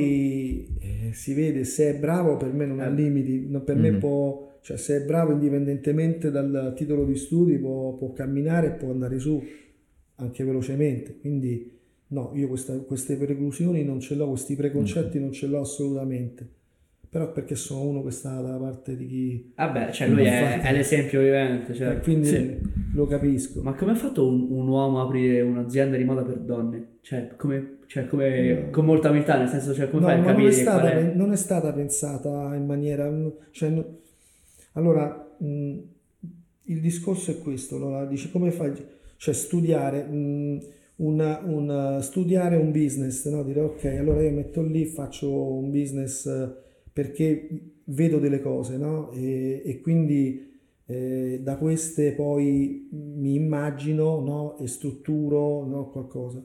poi eh, si vede se è bravo, per me non ha Eh, limiti, no, per me Mhm. può, cioè se è bravo indipendentemente dal titolo di studi può, può camminare e può andare su anche velocemente, quindi no, io questa- queste preclusioni non ce l'ho, questi preconcetti non ce l'ho assolutamente, però perché sono uno che sta dalla parte di chi Vabbè, cioè ha lui è, fatto, è l'esempio vivente, e certo. quindi Sì. lo capisco. Ma come ha fatto un, un uomo a aprire un'azienda di moda per donne? Cioè, come, cioè, come, con molta umiltà, nel senso, cioè, come No, fai a ma non è capire qual stata, è? pen- non è stata pensata in maniera... cioè, no- allora, mh, il discorso è questo, allora, dice come fai? Cioè studiare, mh, una- una- studiare un business, no? Dire ok, allora io metto lì, faccio un business eh, perché vedo delle cose, no? E, e quindi eh, da queste poi mi immagino, no? E strutturo, no? Qualcosa.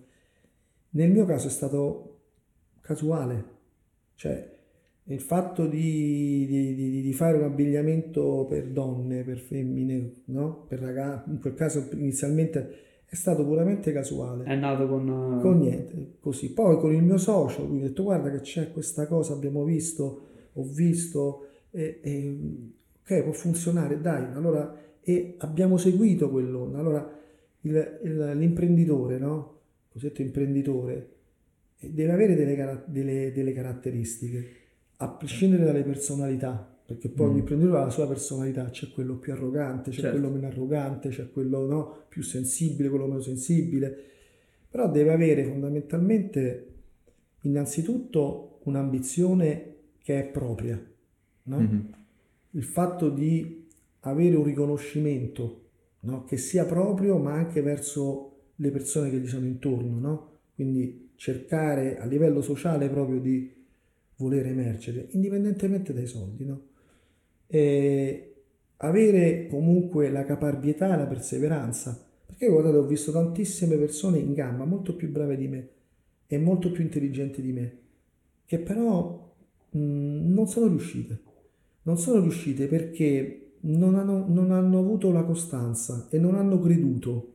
Nel mio caso è stato casuale, cioè il fatto di, di- di- di fare un abbigliamento per donne, per femmine, no? Per ragazzi, in quel caso inizialmente è stato puramente casuale, È nato con con... niente, così. Poi con il mio socio, lui ha detto guarda che c'è questa cosa, abbiamo visto, ho visto, e, e, ok, può funzionare, dai, allora, e abbiamo seguito quell'onda. Allora il- il- l'imprenditore, no? Il cosiddetto imprenditore, eh, deve avere delle, cara- delle- delle caratteristiche, a prescindere dalle personalità, perché poi Mm. l'imprenditore ha la sua personalità, c'è quello più arrogante, c'è Certo. quello meno arrogante, c'è quello no, più sensibile, quello meno sensibile, però deve avere fondamentalmente innanzitutto un'ambizione che è propria, no? Mhm. Il fatto di avere un riconoscimento, no? Che sia proprio, ma anche verso le persone che gli sono intorno, no? Quindi cercare a livello sociale proprio di voler emergere, indipendentemente dai soldi, no? E avere comunque la caparbietà e la perseveranza, perché guardate, ho visto tantissime persone in gamba molto più brave di me e molto più intelligenti di me, che però mh, non sono riuscite. Non sono riuscite perché non hanno, non hanno avuto la costanza e non hanno creduto.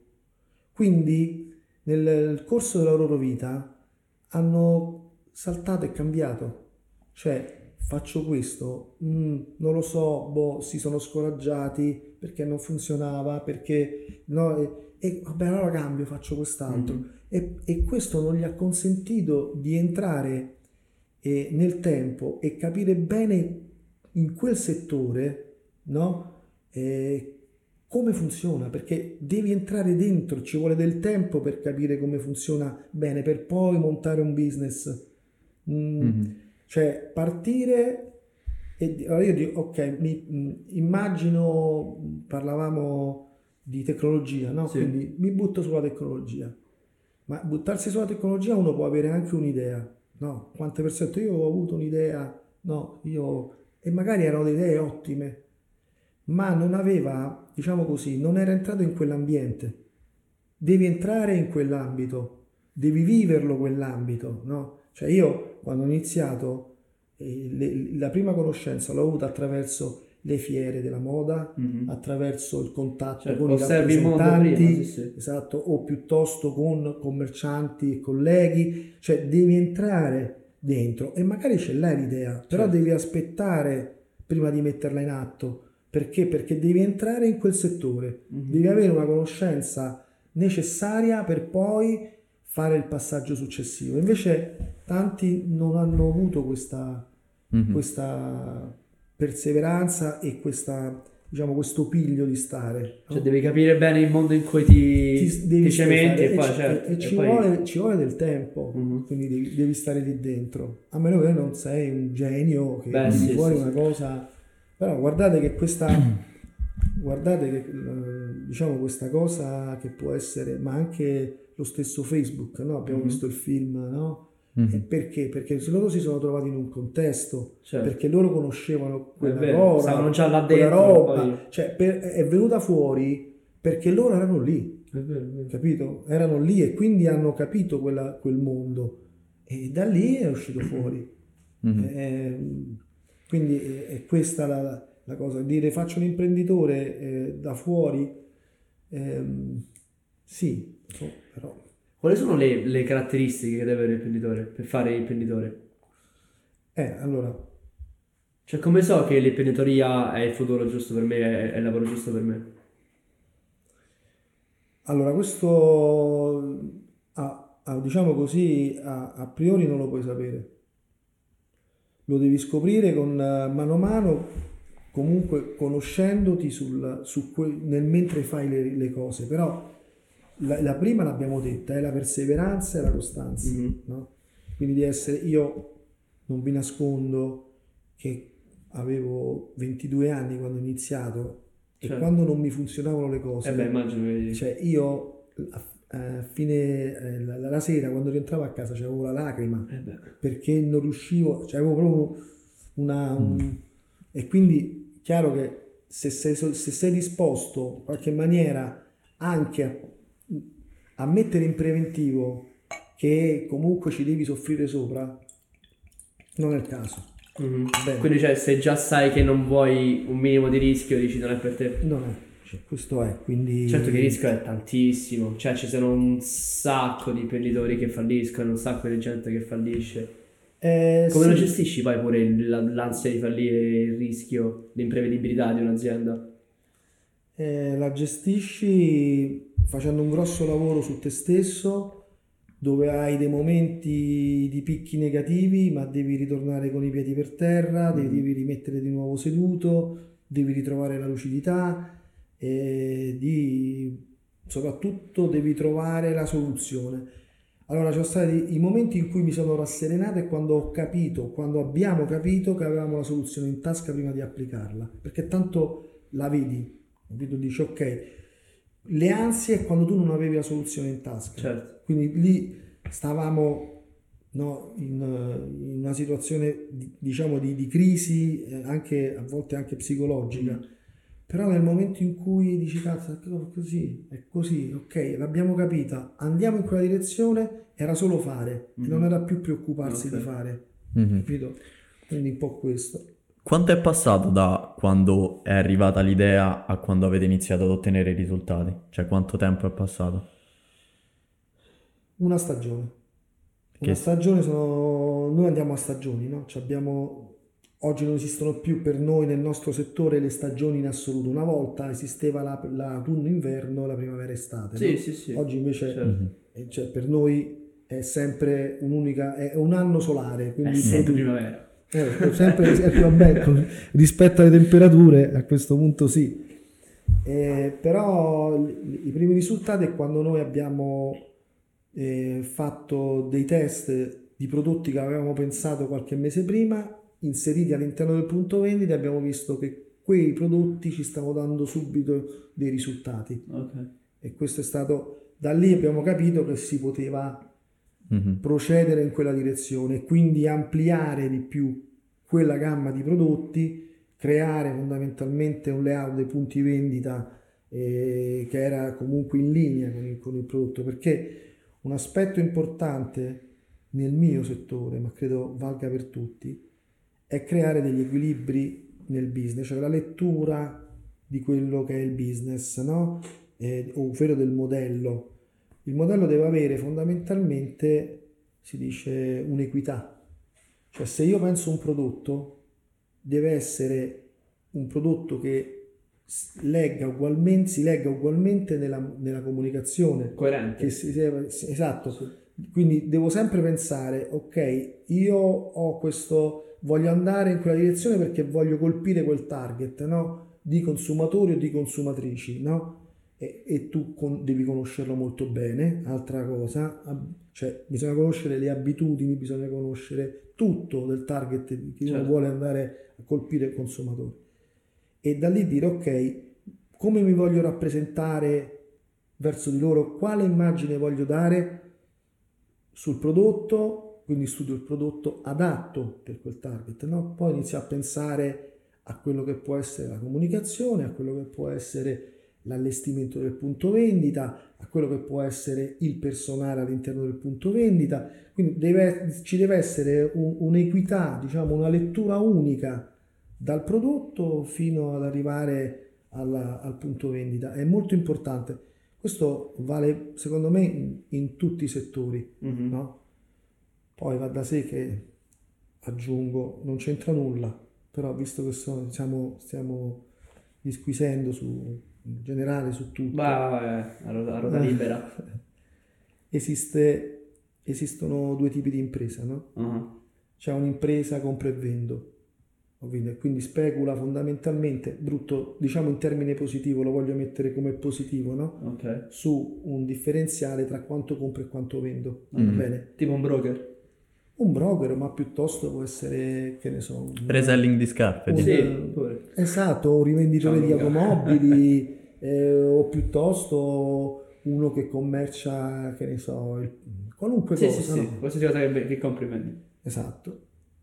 Quindi nel corso della loro vita hanno saltato e cambiato. Cioè, faccio questo, mm, non lo so, boh, si sono scoraggiati perché non funzionava, perché no, e, e vabbè, allora cambio, faccio quest'altro. Mm. E, e questo non gli ha consentito di entrare eh, nel tempo e capire bene in quel settore, no? Eh, come funziona, perché devi entrare dentro, ci vuole del tempo per capire come funziona bene, per poi montare un business. Mm, Mhm. Cioè partire e di- allora io dico, ok, mi mm, immagino, mm, parlavamo di tecnologia, no? Sì. Quindi mi butto sulla tecnologia. Ma buttarsi sulla tecnologia uno può avere anche un'idea, no? Quante persone ho detto, io ho avuto un'idea, no, io... E magari erano delle idee ottime, ma non aveva, diciamo così, non era entrato in quell'ambiente. Devi entrare in quell'ambito, devi viverlo quell'ambito, no? Cioè io quando ho iniziato, eh, le- la prima conoscenza l'ho avuta attraverso le fiere della moda, Mhm. attraverso il contatto Certo, con i osservi il mondo prima, rappresentanti, sì, sì. esatto, o piuttosto con commercianti e colleghi, cioè devi entrare dentro e magari ce l'hai l'idea, però Certo. devi aspettare prima di metterla in atto. Perché? Perché devi entrare in quel settore, Mhm. devi avere una conoscenza necessaria per poi fare il passaggio successivo. Invece tanti non hanno avuto questa, Mhm. questa perseveranza e questa, diciamo, questo piglio di stare, no? Cioè devi capire bene il mondo in cui ti, Ti devi ti cementi stare, e poi ci, certo. e e ci poi- vuole, ci vuole del tempo, Mhm. quindi devi, devi stare lì dentro, a meno che non sei un genio che Beh, tiri sì, fuori sì, una sì. cosa, però guardate che questa, guardate che eh, diciamo questa cosa che può essere, ma anche lo stesso Facebook, no? Abbiamo Mhm. visto il film, no? Mhm. E perché? Perché se loro si sono trovati in un contesto, Certo. perché loro conoscevano quella vero, roba, stavano già là quella dentro, roba, poi- cioè per- è venuta fuori perché loro erano lì, È vero, è vero. capito? Erano lì e quindi hanno capito quella- quel mondo e da lì è uscito fuori. Mhm. Ehm, quindi è, è questa la, la cosa, dire faccio l'imprenditore eh, da fuori, ehm, sì, so, però Quali sono le, le caratteristiche che deve avere l'imprenditore per fare l'imprenditore? eh, allora Cioè come so che l'imprenditoria è il futuro giusto per me, è, è il lavoro giusto per me? Allora, questo a- a- diciamo così a, a priori non lo puoi sapere, lo devi scoprire con eh, mano a mano, comunque conoscendoti sul, su que- nel mentre fai le, le cose, però la, la prima l'abbiamo detta, è la perseveranza e la costanza, Mhm. no? Quindi di essere, io non vi nascondo che avevo ventidue anni quando ho iniziato e Certo. quando non mi funzionavano le cose, Eh beh, immagino che... cioè io a, a fine eh, la, la sera quando rientravo a casa c'avevo la lacrima Eh beh. perché non riuscivo, cioè avevo proprio una un- e quindi chiaro che se sei, so- se sei disposto in qualche maniera anche a, a mettere in preventivo che comunque ci devi soffrire sopra, non è il caso. Mhm. Bene. Quindi cioè se già sai che non vuoi un minimo di rischio dici non è per te. Non è, cioè, questo è, quindi Certo che il rischio è tantissimo, cioè ci sono un sacco di imprenditori che falliscono, un sacco di gente che fallisce. Eh, Come sì. lo gestisci poi pure il- la- l'ansia di fallire, il rischio, l'imprevedibilità di un'azienda? Eh, la gestisci facendo un grosso lavoro su te stesso, dove hai dei momenti di picchi negativi, ma devi ritornare con i piedi per terra, devi, Mhm. devi rimettere di nuovo seduto, devi ritrovare la lucidità e di, soprattutto devi trovare la soluzione. Allora, ci sono stati i momenti in cui mi sono rasserenato e quando ho capito, quando abbiamo capito che avevamo la soluzione in tasca prima di applicarla, perché tanto la vedi, capito? Dici ok, le ansie è quando tu non avevi la soluzione in tasca. Certo. Quindi lì stavamo, no, in, in una situazione di, diciamo di, di crisi, eh, anche a volte anche psicologica. Mm. Però nel momento in cui dici cazzo, è così, è così, ok, l'abbiamo capita, andiamo in quella direzione, era solo fare, mm-hmm. e non era più preoccuparsi okay. di fare, mm-hmm. capito? Quindi un po' questo. Quanto è passato da quando è arrivata l'idea a quando avete iniziato ad ottenere i risultati? Cioè quanto tempo è passato? Una stagione. Una che... stagione sono... Noi andiamo a stagioni, no? Cioè abbiamo... Oggi non esistono più per noi nel nostro settore le stagioni in assoluto. Una volta esisteva la, la autunno-inverno, la primavera-estate. Sì, no? sì, sì. Oggi invece certo. cioè, per noi è sempre un'unica, è un anno solare. Quindi è sempre primavera. Eh, sempre è vabbè, rispetto alle temperature a questo punto sì. Eh, però i primi risultati è quando noi abbiamo eh, fatto dei test di prodotti che avevamo pensato qualche mese prima, inseriti all'interno del punto vendita, abbiamo visto che quei prodotti ci stavano dando subito dei risultati. Okay. E questo è stato, da lì abbiamo capito che si poteva mm-hmm. procedere in quella direzione e quindi ampliare di più quella gamma di prodotti, creare fondamentalmente un layout dei punti vendita eh, che era comunque in linea con il, con il prodotto, perché un aspetto importante nel mio settore, ma credo valga per tutti, è creare degli equilibri nel business, cioè la lettura di quello che è il business, no? Eh, ovvero del modello. Il modello deve avere fondamentalmente, si dice, un'equità. Cioè se io penso un prodotto, deve essere un prodotto che legga ugualmente, si legga ugualmente nella, nella comunicazione. Coerente. Che si, esatto. Sì. Quindi devo sempre pensare, ok, io ho questo... voglio andare in quella direzione perché voglio colpire quel target, no? Di consumatori o di consumatrici, no? E, e tu con, devi conoscerlo molto bene. Altra cosa, cioè bisogna conoscere le abitudini, bisogna conoscere tutto del target che uno certo. vuole andare a colpire il consumatore. E da lì dire, ok, come mi voglio rappresentare verso di loro, quale immagine voglio dare sul prodotto, quindi studio il prodotto adatto per quel target, no? Poi inizio a pensare a quello che può essere la comunicazione, a quello che può essere l'allestimento del punto vendita, a quello che può essere il personale all'interno del punto vendita, quindi deve, ci deve essere un, un'equità, diciamo una lettura unica dal prodotto fino ad arrivare alla, al punto vendita. È molto importante, questo vale secondo me in, in tutti i settori, mm-hmm. no? Poi va da sé che, aggiungo, non c'entra nulla, però visto che sono, diciamo, stiamo disquisendo su, in generale su tutto. Vai, vai, vai, a ruota, a ruota libera. Esiste, esistono due tipi di impresa, no? Uh-huh. C'è un'impresa compro e vendo, quindi specula fondamentalmente, brutto, diciamo in termine positivo, lo voglio mettere come positivo, no? Okay. Su un differenziale tra quanto compro e quanto vendo, mm. bene? Tipo un broker? Un broker, ma piuttosto può essere, che ne so, un reselling di scarpe, un, sì, esatto, un rivenditore Ciao, di automobili eh, o piuttosto uno che commercia, che ne so, il, qualunque sì, cosa, sì, no? sì, qualsiasi cosa che, che compri vendi. Esatto.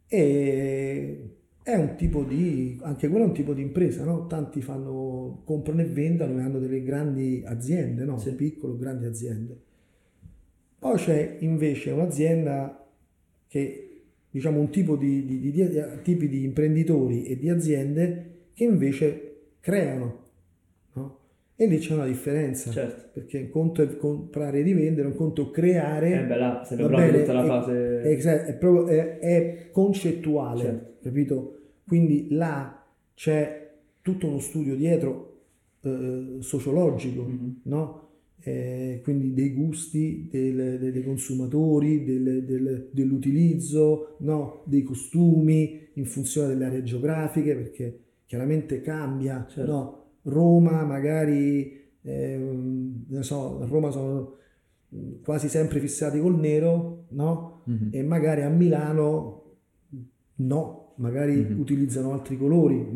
E è un tipo di, anche quello è un tipo di impresa, no? Tanti fanno, comprano e vendono e hanno delle grandi aziende, no? Sì. Piccole o grandi aziende. Poi c'è invece un'azienda che, diciamo, un tipo di, di, di, di tipi di imprenditori e di aziende che invece creano, no? E lì c'è una differenza, certo. perché un conto è comprare e rivendere, un conto è creare. Eh beh, là, se proprio tutta la è, fase è, è, è, proprio, è, è concettuale, certo. Capito? Quindi là c'è tutto uno studio dietro eh, sociologico, mm-hmm. no? Eh, quindi dei gusti del, dei consumatori, del, del, dell'utilizzo, no? Dei costumi in funzione delle aree geografiche, perché chiaramente cambia, certo. no? Roma magari, eh, ne so, a Roma sono quasi sempre fissati col nero, no? Mm-hmm. E magari a Milano no, magari mm-hmm. utilizzano altri colori, no?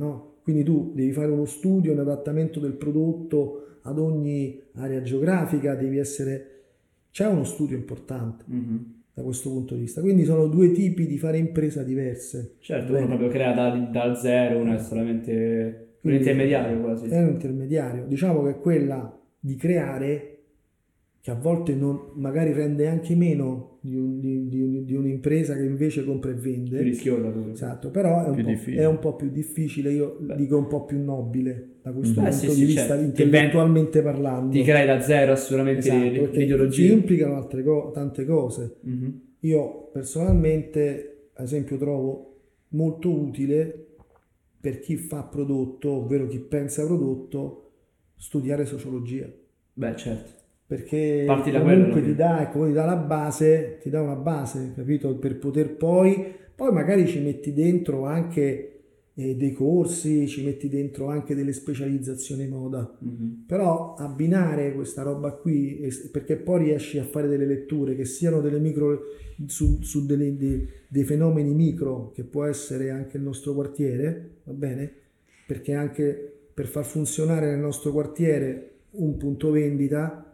Quindi tu devi fare uno studio, un adattamento del prodotto ad ogni area geografica, devi essere... C'è uno studio importante Mm-hmm. da questo punto di vista. Quindi sono due tipi di fare impresa diverse. Certo, Bene. uno proprio crea da- dal zero, uno è solamente un Quindi intermediario quasi. È un intermediario. Diciamo che è quella di creare, che a volte non, magari rende anche meno di, un- di- di un- di un'impresa che invece compra e vende. Più rischioso tu. Esatto, però è un, Più po', difficile. è un po' più difficile, io Beh. dico un po' più nobile da questo Beh, punto sì, di sì, vista, certo. intellettualmente parlando. Ti crei da zero assolutamente Esatto, di- perché si l'ideologia. implicano altre co- tante cose. Mhm. Io personalmente, ad esempio, trovo molto utile per chi fa prodotto, ovvero chi pensa prodotto, studiare sociologia. Beh, certo. Perché Parti da quello, comunque alla ti dà, ecco, ti dà la base, ti dà una base, capito? Per poter poi, poi magari ci metti dentro anche eh, dei corsi, ci metti dentro anche delle specializzazioni moda. Mhm. Però abbinare questa roba qui, eh, perché poi riesci a fare delle letture che siano delle micro, su, su delle- dei, dei fenomeni micro, che può essere anche il nostro quartiere, va bene? Perché anche per far funzionare nel nostro quartiere un punto vendita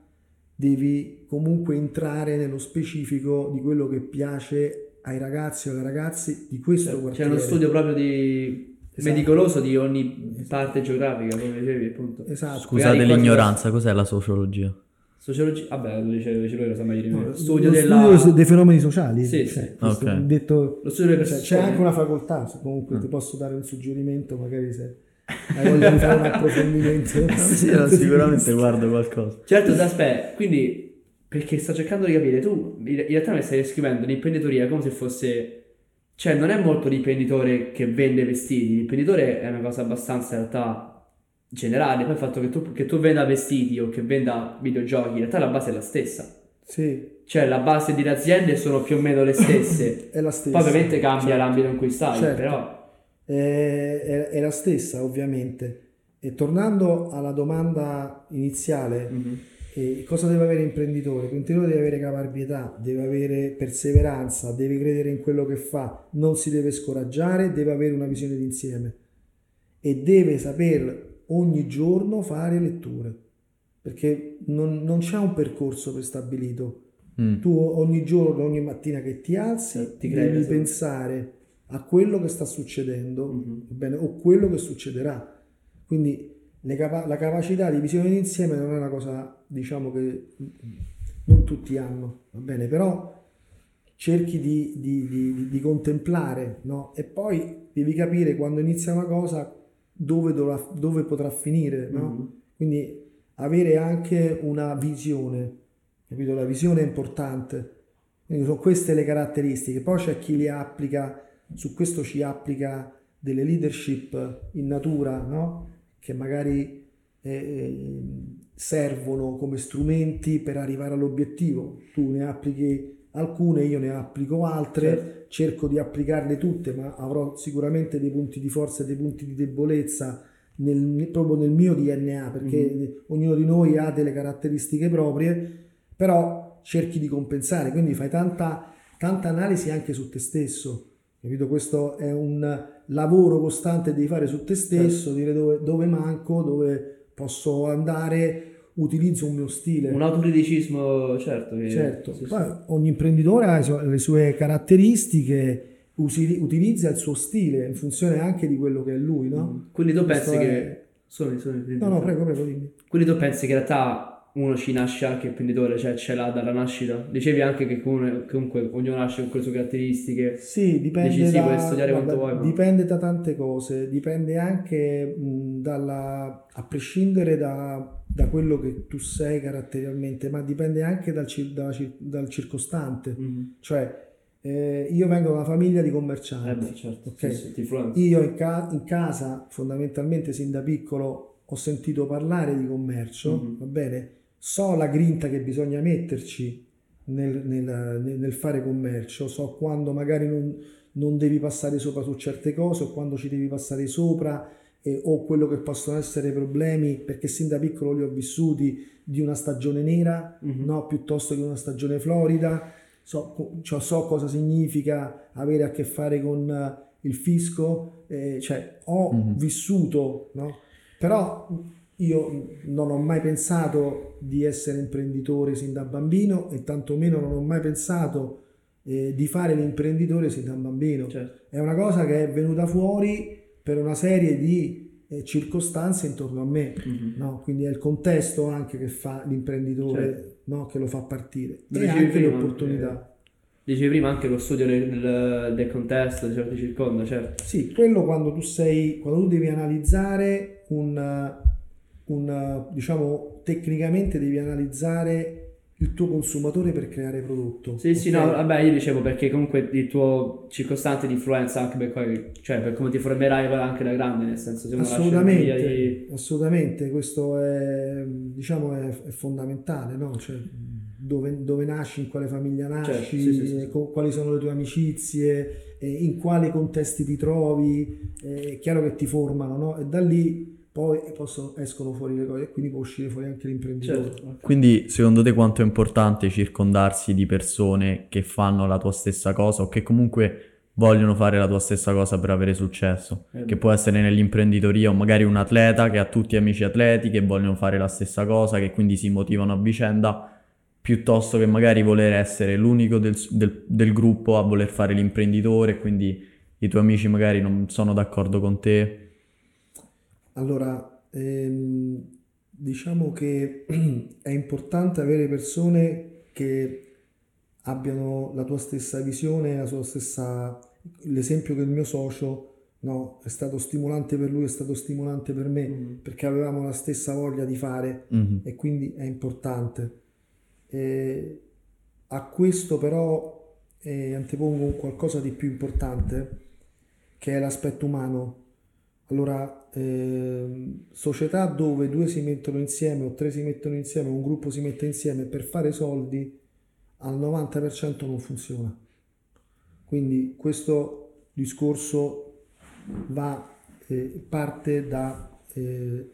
devi comunque entrare nello specifico di quello che piace ai ragazzi o alle ragazze di questo Cioè, c'è quartiere. uno studio proprio di Esatto. meticoloso di ogni parte geografica, come dicevi, appunto. Esatto. Scusate Magari quasi l'ignoranza, cos'è la sociologia? Sociologia, vabbè, lo dice, lo dice lui, lo sa meglio di me. No, Studio lo della... studio dei fenomeni sociali. Sì, cioè, sì. questo Ok. è detto, Lo studio delle cioè, persone. c'è anche una facoltà, se comunque ti posso dare un suggerimento, magari se hai voglia di fare un approfondimento. Sì, no, sicuramente guardo qualcosa. Certo, aspetta, quindi perché sto cercando di capire, tu in in realtà mi stai descrivendo l'imprenditoria come se fosse, cioè non è molto l'imprenditore che vende vestiti, l'imprenditore è una cosa abbastanza in realtà generale, poi il fatto che tu, che tu venda vestiti o che venda videogiochi, in realtà la base è la stessa, Sì, cioè la base delle aziende sono più o meno le stesse, è la stessa. poi ovviamente cambia Certo. l'ambito in cui stai, Certo. però... È, è- è la stessa, ovviamente. E tornando alla domanda iniziale, Mhm. eh, cosa deve avere l'imprenditore? L'imprenditore deve avere caparbietà, deve avere perseveranza, deve credere in quello che fa, non si deve scoraggiare, deve avere una visione d'insieme e deve saper ogni giorno fare letture, perché non, non c'è un percorso prestabilito. Mm. Tu ogni giorno, ogni mattina che ti alzi, Ti crei devi le tue- pensare a quello che sta succedendo, Mhm. va bene, o quello che succederà. Quindi le capa- la capacità di visione d'insieme non è una cosa, diciamo, che non tutti hanno, va bene, però cerchi di, di- di- di contemplare, no? E poi devi capire quando inizia una cosa dove, dovrà- dove potrà finire, no? Mhm. Quindi avere anche una visione, capito? La visione è importante. Quindi sono queste le caratteristiche. Poi c'è chi le applica, su questo ci applica delle leadership in natura, no? Che magari eh, servono come strumenti per arrivare all'obiettivo. Tu ne applichi alcune, io ne applico altre, Certo. cerco di applicarle tutte, ma avrò sicuramente dei punti di forza e dei punti di debolezza nel- proprio nel mio D N A, perché ognuno di noi ha delle caratteristiche proprie, però cerchi di compensare, quindi fai tanta, tanta analisi anche su te stesso, capito? Questo è un lavoro costante che devi fare su te stesso, dire dove, dove manco, dove posso andare, utilizzo un mio stile. Un autocriticismo, certo. Che... Certo, sì, sì. poi ogni imprenditore ha le sue- le sue caratteristiche, usi- utilizza il suo stile in funzione anche di quello che è lui, no? Quindi tu Questo pensi è- che... Sono, sono No, no, prego, prego, dimmi. Quindi tu pensi che in realtà uno ci nasce anche imprenditore, cioè ce l'ha dalla nascita? Dicevi anche che comunque, comunque ognuno nasce con le sue caratteristiche. Sì, dipende Dici sì, da, puoi studiare guarda, quanto vuoi, ma- dipende da tante cose, dipende anche mh, dalla, a prescindere da, da quello che tu sei caratterialmente, ma dipende anche dal, cir- dalla cir- dal circostante. Mhm. Cioè, eh, io vengo da una famiglia di Eh commercianti. beh, certo, Ok. sì, sì, ti influenza. Io in, ca- in casa, fondamentalmente sin da piccolo, ho sentito parlare di commercio, Mhm. va bene? So la grinta che bisogna metterci nel, nel- nel- nel fare commercio, so quando magari non, non devi passare sopra su certe cose o quando ci devi passare sopra eh, o quello che possono essere problemi, perché sin da piccolo li ho vissuti, di una stagione nera, Mhm. no, piuttosto che una stagione florida. So, co- cioè, so cosa significa avere a che fare con il fisco, eh, cioè ho Mhm. vissuto, no? Però io non ho mai pensato di essere imprenditore sin da bambino e tantomeno non ho mai pensato eh, di fare l'imprenditore sin da bambino. Certo. È una cosa che è venuta fuori per una serie di eh, circostanze intorno a me, Mhm. no? Quindi è il contesto anche che fa l'imprenditore, Certo. no? Che lo fa partire Lo e dicevi anche le prima, opportunità. anche- Dicevi prima anche lo studio del, del, del contesto, di ciò che ti circonda, certo. Sì, quello quando tu sei, quando tu devi analizzare un, un, diciamo, tecnicamente devi analizzare il tuo consumatore per creare prodotto. Sì, sì, ok? no, vabbè, io dicevo perché comunque il tuo circostante di influenza anche per, poi- cioè, per come ti formerai poi anche da grande, nel senso se uno lascia una via Assolutamente, di... assolutamente, questo è, diciamo, è, è fondamentale, no? Cioè, dove, dove nasci, in quale famiglia nasci, Certo, sì, sì, sì, eh, sì. co- quali sono le tue amicizie, eh, in quali contesti ti trovi, eh, è chiaro che ti formano, no? E da lì poi possono, escono fuori le cose e quindi può uscire fuori anche l'imprenditore. Certo, ok. Quindi, secondo te, quanto è importante circondarsi di persone che fanno la tua stessa cosa o che comunque vogliono fare la tua stessa cosa per avere successo? Eh, Che può essere nell'imprenditoria o magari un atleta che ha tutti amici atleti che vogliono fare la stessa cosa, che quindi si motivano a vicenda, piuttosto che magari voler essere l'unico del, del- del gruppo a voler fare l'imprenditore, e quindi i tuoi amici magari non sono d'accordo con te. Allora, ehm, diciamo che è importante avere persone che abbiano la tua stessa visione, la sua stessa... L'esempio che il mio socio, no, è stato stimolante per lui, è stato stimolante per me, Mm. perché avevamo la stessa voglia di fare Mhm. e quindi è importante. E a questo però eh, antepongo un qualcosa di più importante, che è l'aspetto umano. Allora, ehm, società dove due si mettono insieme o tre si mettono insieme, un gruppo si mette insieme per fare soldi, al novanta per cento non funziona. Quindi questo discorso va, eh, parte da eh,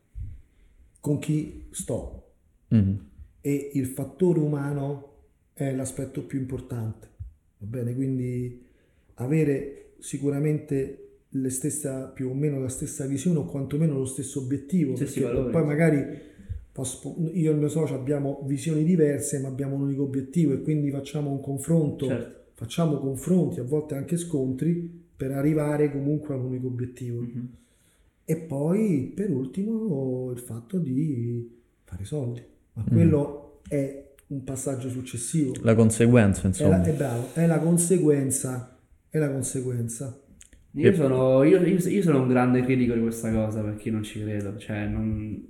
con chi sto Mhm. e il fattore umano è l'aspetto più importante. Va bene? Quindi avere sicuramente le stessa, più o meno la stessa visione o quantomeno lo stesso obiettivo, Stessi perché valori, poi sì. magari posso- io e il mio socio abbiamo visioni diverse ma abbiamo un unico obiettivo e quindi facciamo un confronto, Certo. facciamo confronti, a volte anche scontri per arrivare comunque a un unico obiettivo. Mhm. E poi per ultimo il fatto di fare soldi, ma Mhm. quello è un passaggio successivo. La conseguenza, È, la, insomma. è bravo, è la conseguenza, è la conseguenza. Io E- sono, io, io- io sono un grande critico di questa cosa perché non ci credo, cioè, non...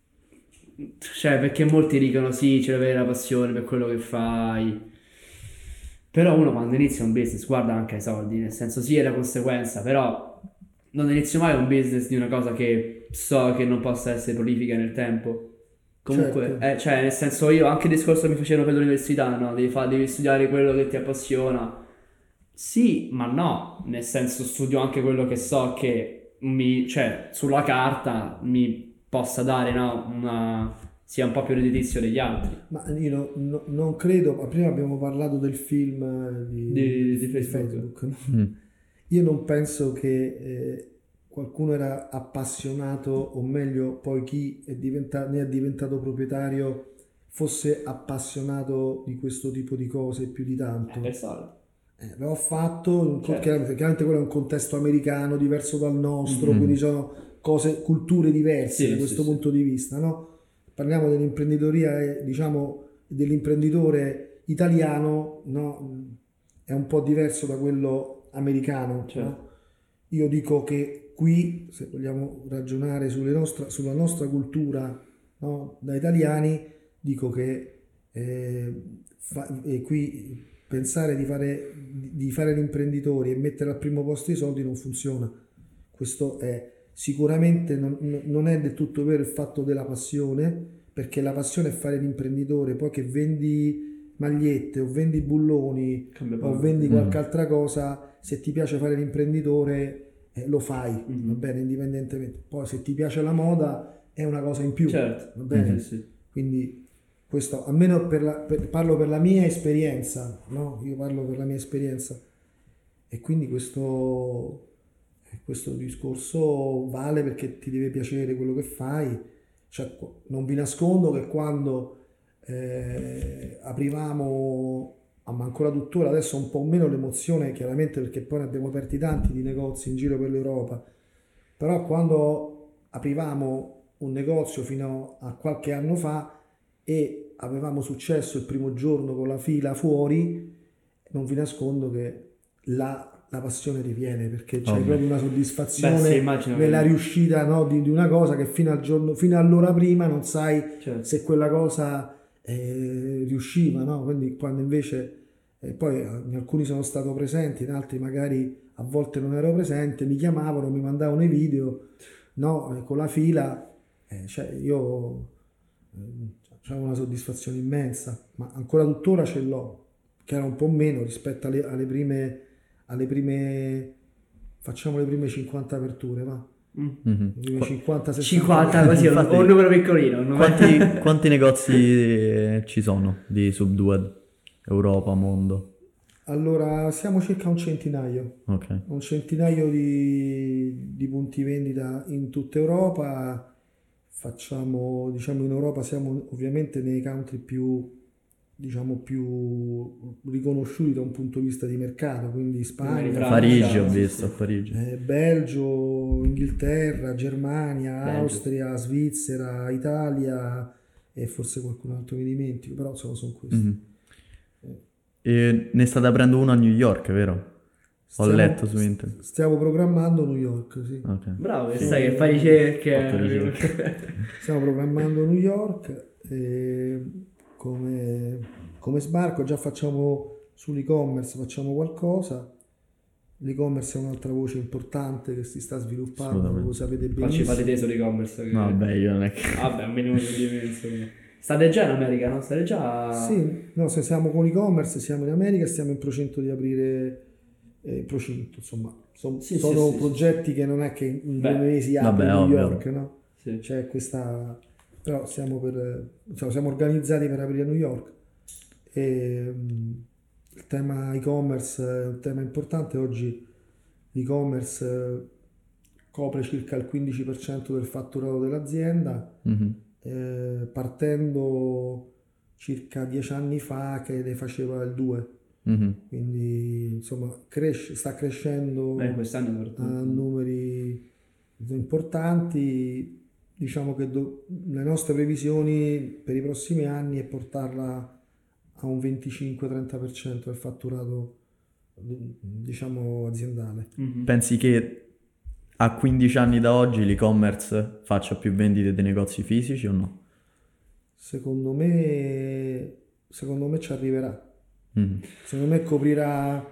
cioè perché molti dicono sì, c'è da avere la passione per quello che fai, però uno quando inizia un business guarda anche ai soldi, nel senso sì è la conseguenza, però non inizio mai un business di una cosa che so che non possa essere prolifica nel tempo. Comunque, Certo. eh, cioè, nel senso, io anche il discorso che mi facevano per l'università, no? Devi, fa- devi studiare quello che ti appassiona. Sì, ma no, nel senso studio anche quello che so che mi, cioè, sulla carta mi possa dare, no? Una, sia un po' più redditizio degli altri. Ma io no- no- non credo, ma prima abbiamo parlato del film eh, di, Di- di di Facebook. no? Mm. Io non penso che eh, qualcuno era appassionato, o meglio, poi chi è diventa- ne è diventato proprietario fosse appassionato di questo tipo di cose più di tanto. Per soldi. Eh, l'ho fatto, in co- Certo. chiaramente, chiaramente quello è un contesto americano diverso dal nostro, Mhm. quindi sono cose, culture diverse Sì, da sì, questo sì. punto di vista, no? Parliamo dell'imprenditoria, e, diciamo, dell'imprenditore italiano, no? È un po' diverso da quello americano, Certo. no? Io dico che qui, se vogliamo ragionare sulle nostra, sulla nostra cultura, no? Da italiani, dico che eh, fa- eh, qui pensare di fare, di di fare l'imprenditore e mettere al primo posto i soldi non funziona. Questo è sicuramente non, non è del tutto vero il fatto della passione, perché la passione è fare l'imprenditore, poi che vendi magliette o vendi bulloni Cambia o poco. vendi Mm. qualche altra cosa, se ti piace fare l'imprenditore eh, lo fai, Mhm. va bene, indipendentemente. Poi se ti piace la moda è una cosa in più, Certo. va bene? Sì, sì. Quindi questo, almeno per la, per- parlo per la mia esperienza, no? Io parlo per la mia esperienza. e quindi questo, questo discorso vale perché ti deve piacere quello che fai. Cioè, non vi nascondo che quando eh, aprivamo, ah, ma ancora tuttora, adesso un po' meno l'emozione, chiaramente perché poi ne abbiamo aperti tanti di negozi in giro per l'Europa, però quando aprivamo un negozio fino a qualche anno fa e avevamo successo il primo giorno con la fila fuori, non vi nascondo che la, la passione riviene, perché c'è Ovvio. proprio una soddisfazione Beh, sì, immagino nella che- riuscita, no, di, di una cosa che fino al giorno, fino all'ora prima non sai Certo. se quella cosa eh, riusciva, no? Quindi quando invece eh, poi eh, in alcuni sono stato presente, in altri magari a volte non ero presente, mi chiamavano, mi mandavano i video, no, eh, con la fila, eh, cioè io eh, c'avevo una soddisfazione immensa, ma ancora tuttora ce l'ho, che era un po' meno rispetto alle, alle prime, alle prime, facciamo le prime cinquanta aperture, va? Mm. Mhm. Le prime cinquanta sessanta cinquanta così, un, Infatti- un numero piccolino. Un numero... Quanti, quanti negozi eh, ci sono di Subdued? Europa, mondo? Allora, siamo circa un centinaio, Ok. un centinaio di, di punti vendita in tutta Europa. Facciamo, diciamo, in Europa siamo ovviamente nei country più, diciamo, più riconosciuti da un punto di vista di mercato, quindi Spagna, Francia, Parigi ho sì, visto, sì. a Parigi. eh, Belgio, Inghilterra, Germania, Belgio. Austria, Svizzera, Italia e forse qualcun altro mi dimentico, però insomma sono questi. Mhm. E ne state aprendo uno a New York, vero? Ho Stiamo- letto su internet. Stiamo programmando New York, sì. Ok. Bravo, che sai che fai ricerche. Fatto ricerche. Stiamo programmando New York e come, come sbarco già facciamo sull'e-commerce, facciamo qualcosa. L'e-commerce è un'altra voce importante che si sta sviluppando, Assolutamente. lo sapete Qua ci fate benissimo. teso di-commerce. Che... No, vabbè, io non è che... Vabbè, un minimo di me, insomma. State già in America, no? State già... Sì, no, se siamo con e-commerce, siamo in America, stiamo in procinto di aprire eh, procinto, insomma, son- Sì, sì, sono sì, progetti che non è che in Beh, due mesi vabbè, apre New ovvio. York, no? Sì. C'è questa, però siamo per, diciamo, siamo organizzati per aprire a New York e mm, il tema e-commerce è un tema importante. Oggi l'e-commerce eh, copre circa il quindici per cento del fatturato dell'azienda, Mhm. eh, partendo circa dieci anni fa che ne faceva il due, Mhm. quindi insomma cresce, sta crescendo Beh, quest'anno a soprattutto. numeri importanti. Diciamo che do- le nostre previsioni per i prossimi anni è portarla a un venticinque-trenta per cento del fatturato, diciamo, aziendale. Mhm. Pensi che a quindici anni da oggi l'e-commerce faccia più vendite dei negozi fisici o no? Secondo me, secondo me ci arriverà. Mhm. Secondo me coprirà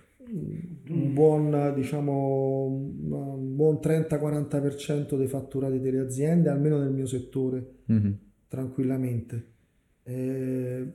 un buon, diciamo, un buon trenta-quaranta per cento dei fatturati delle aziende, almeno nel mio settore, Mhm. tranquillamente. Eh,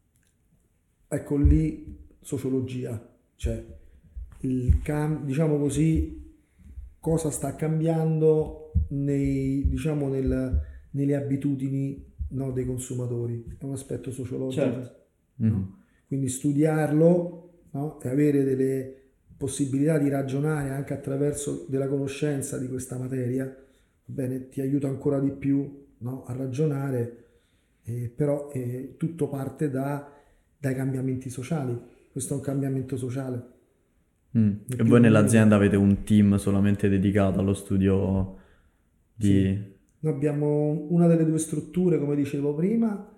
ecco lì sociologia, cioè il cam- diciamo così, cosa sta cambiando nei, diciamo, nel- nelle abitudini, no, dei consumatori. È un aspetto sociologico. Certo. Mhm. Quindi studiarlo, no, e avere delle possibilità di ragionare anche attraverso della conoscenza di questa materia, va bene, ti aiuta ancora di più, no, a ragionare, eh, però eh, tutto parte da- dai cambiamenti sociali. Questo è un cambiamento sociale. Mm. E voi nell'azienda avete un team solamente dedicato allo studio di... Noi abbiamo una delle due strutture, come dicevo prima,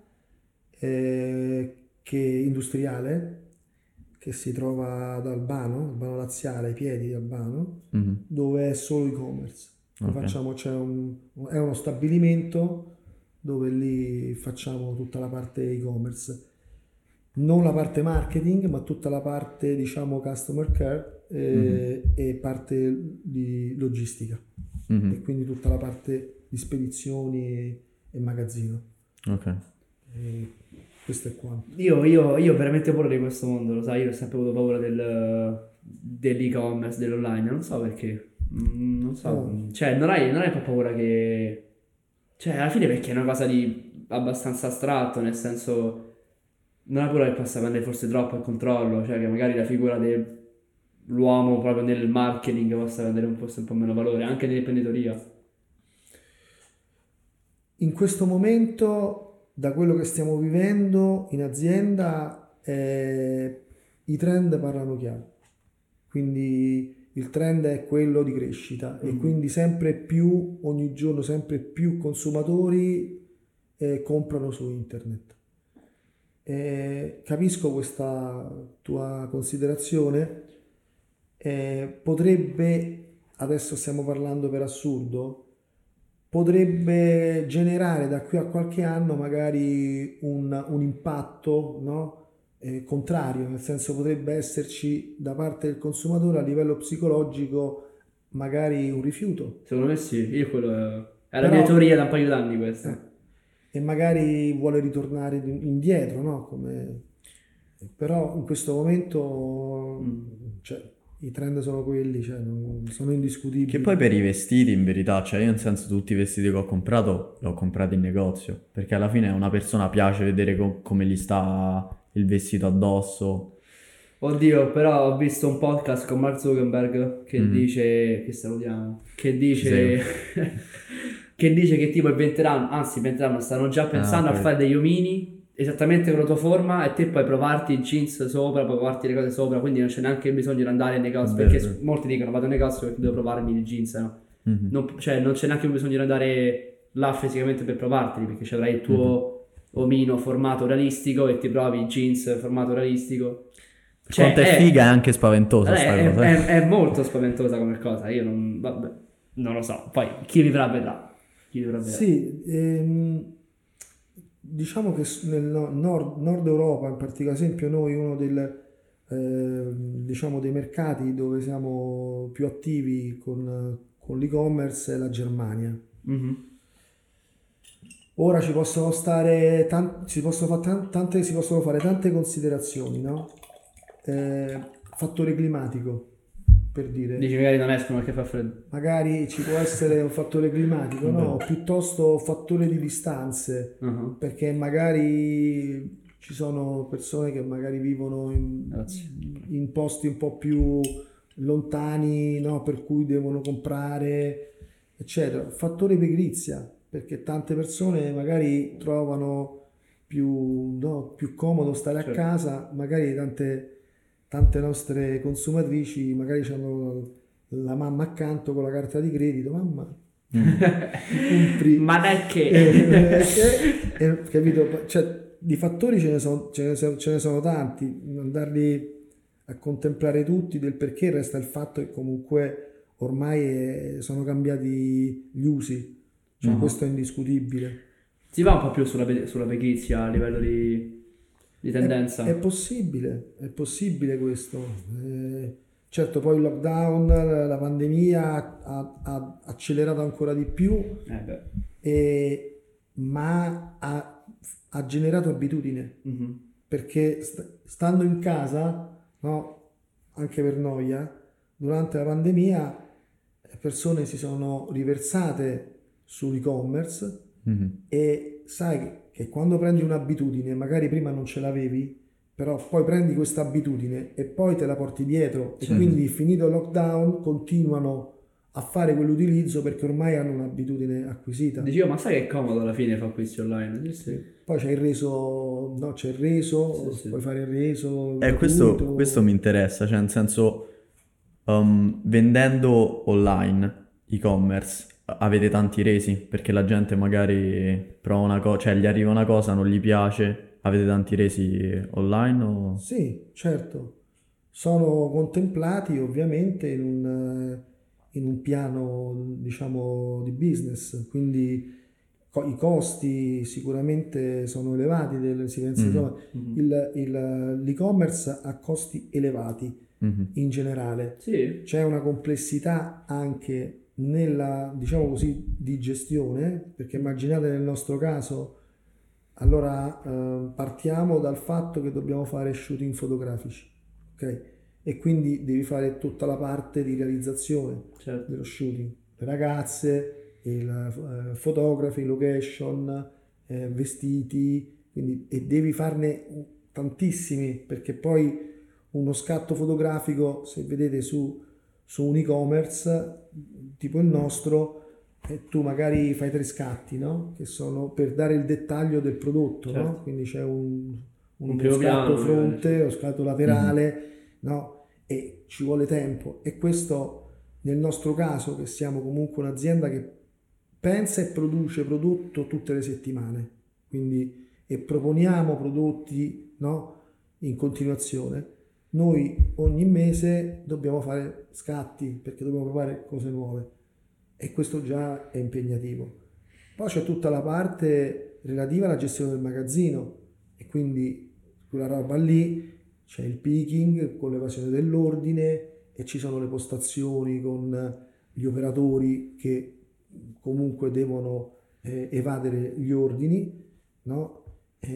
eh, che è industriale, che si trova ad Albano, Albano Laziale, ai piedi di Albano, Mhm. dove è solo e-commerce. Noi Ok. facciamo, c'è un- è uno stabilimento dove lì facciamo tutta la parte e-commerce, non la parte marketing, ma tutta la parte, diciamo, customer care eh, e parte di logistica, Mhm. e quindi tutta la parte di spedizioni e, e magazzino. Ok. E questo è quanto. Io, io, io ho veramente paura di questo mondo, lo sai, io ho sempre avuto paura del, dell'e-commerce, dell'online, non so perché. Mm, non so, Oh. cioè non hai, non hai proprio paura che... Cioè alla fine perché è una cosa di abbastanza astratto, nel senso... Non hai paura che possa prendere forse troppo il controllo, cioè che magari la figura de- l'uomo proprio nel marketing possa avere un po', un po' meno valore, anche nell'imprenditoria. In questo momento, da quello che stiamo vivendo in azienda, eh, i trend parlano chiaro. Quindi il trend è quello di crescita Mm. e quindi sempre più, ogni giorno, sempre più consumatori eh, comprano su internet. Eh, capisco questa tua considerazione. Eh, potrebbe, adesso stiamo parlando per assurdo, potrebbe generare da qui a qualche anno magari un, un impatto, no? Eh, contrario, nel senso potrebbe esserci da parte del consumatore a livello psicologico magari un rifiuto. Secondo me sì, io quello è, è la Però- mia teoria da un paio d'anni questa. Eh, e magari vuole ritornare di- indietro, no? Come... Però in questo momento Mm. cioè, i trend sono quelli, cioè, non- sono indiscutibili. Che poi per i vestiti, in verità, cioè io nel senso tutti i vestiti che ho comprato li ho comprati in negozio, perché alla fine a una persona piace vedere co- come gli sta il vestito addosso. Oddio, però ho visto un podcast con Mark Zuckerberg che Mhm. dice, che salutiamo, che dice, che dice che tipo inventeranno, anzi inventeranno, stanno già pensando ok. a fare degli omini esattamente con la tua forma e te puoi provarti il jeans sopra, puoi provarti le cose sopra, quindi non c'è neanche bisogno di andare in negozio, Vero, perché vero. molti dicono vado in negozio perché devo provarmi il jeans, no? Mhm. Non, cioè non c'è neanche bisogno di andare là fisicamente per provarteli, perché ci avrai il tuo omino formato realistico e ti provi il jeans formato realistico. Per Cioè, quanto è, è- figa è anche spaventosa allora, sta è, cosa. eh. è- è molto spaventosa come cosa, io non, vabbè, non lo so, poi chi vivrà vedrà. Chi vivrà vedrà. Sì, ehm, diciamo che s- nel no- nord, nord Europa, in particolare, ad esempio noi uno del, ehm, diciamo dei mercati dove siamo più attivi con, con l'e-commerce è la Germania. Mhm. Ora ci possono stare tan- si possono, fa- tan- tante, si possono fare tante considerazioni, no? Eh, fattore climatico, per dire. Dici magari non escono perché fa freddo. Magari ci può essere un fattore climatico, no? Beh. Piuttosto fattore di distanze, Mhm. perché magari ci sono persone che magari vivono in, Grazie. in posti un po' più lontani, no? Per cui devono comprare, eccetera. Fattore pigrizia, perché tante persone magari trovano più, no, più comodo stare a Certo. casa, magari tante, tante nostre consumatrici magari hanno la mamma accanto con la carta di credito, mamma, compri. Ma non è che... Eh, eh, eh, capito? Cioè, di fattori ce ne sono, ce ne sono, ce ne sono tanti, andarli a contemplare tutti, del perché resta il fatto che comunque ormai eh, sono cambiati gli usi, cioè Mhm. questo è indiscutibile. Si va un po' più sulla, pe- sulla pigrizia a livello di, di tendenza. È, è possibile, è possibile questo. Eh, certo, poi il lockdown, la la pandemia ha, ha accelerato ancora di più, Eh beh. e- ma ha, ha generato abitudine, Mhm. perché st- stando in casa, no, anche per noia, durante la pandemia le persone si sono riversate sull'e-commerce Mhm. e sai che quando prendi un'abitudine, magari prima non ce l'avevi, però poi prendi questa abitudine e poi te la porti dietro e Certo. quindi finito il lockdown continuano a fare quell'utilizzo perché ormai hanno un'abitudine acquisita. Dicevo, ma sai che è comodo alla fine fare acquisti online? Sì, sì. Poi c'è il reso, no, c'è il reso, Sì, sì. puoi fare il reso. Eh, questo, gratuito. questo mi interessa, cioè nel senso, um, vendendo online, e-commerce, avete tanti resi, perché la gente magari prova una cosa, cioè gli arriva una cosa, non gli piace, avete tanti resi online o... Sì, certo, sono contemplati ovviamente in un, in un piano, diciamo, di business, quindi co- i costi sicuramente sono elevati, del, si pensa, Mhm. insomma, Mhm. il- il- l'e-commerce ha costi elevati Mhm. in generale, Sì. c'è una complessità anche nella, diciamo così, di gestione, perché immaginate nel nostro caso. Allora, eh, partiamo dal fatto che dobbiamo fare shooting fotografici, ok? E quindi devi fare tutta la parte di realizzazione Certo. dello shooting, le ragazze, il eh, fotografi, location, eh, vestiti, quindi, e devi farne tantissimi perché poi uno scatto fotografico, se vedete su, su un e-commerce tipo il nostro, e tu magari fai tre scatti, no? Che sono per dare il dettaglio del prodotto, Certo. no? Quindi c'è un, un, Un primo scatto piano, fronte, magari. lo scatto laterale, no? E ci vuole tempo. E questo nel nostro caso, che siamo comunque un'azienda che pensa e produce prodotto tutte le settimane, quindi e proponiamo prodotti, no? In continuazione. Noi ogni mese dobbiamo fare scatti perché dobbiamo provare cose nuove. E questo già è impegnativo. Poi c'è tutta la parte relativa alla gestione del magazzino e quindi quella roba lì c'è il picking con l'evasione dell'ordine e ci sono le postazioni con gli operatori che comunque devono eh, evadere gli ordini, no?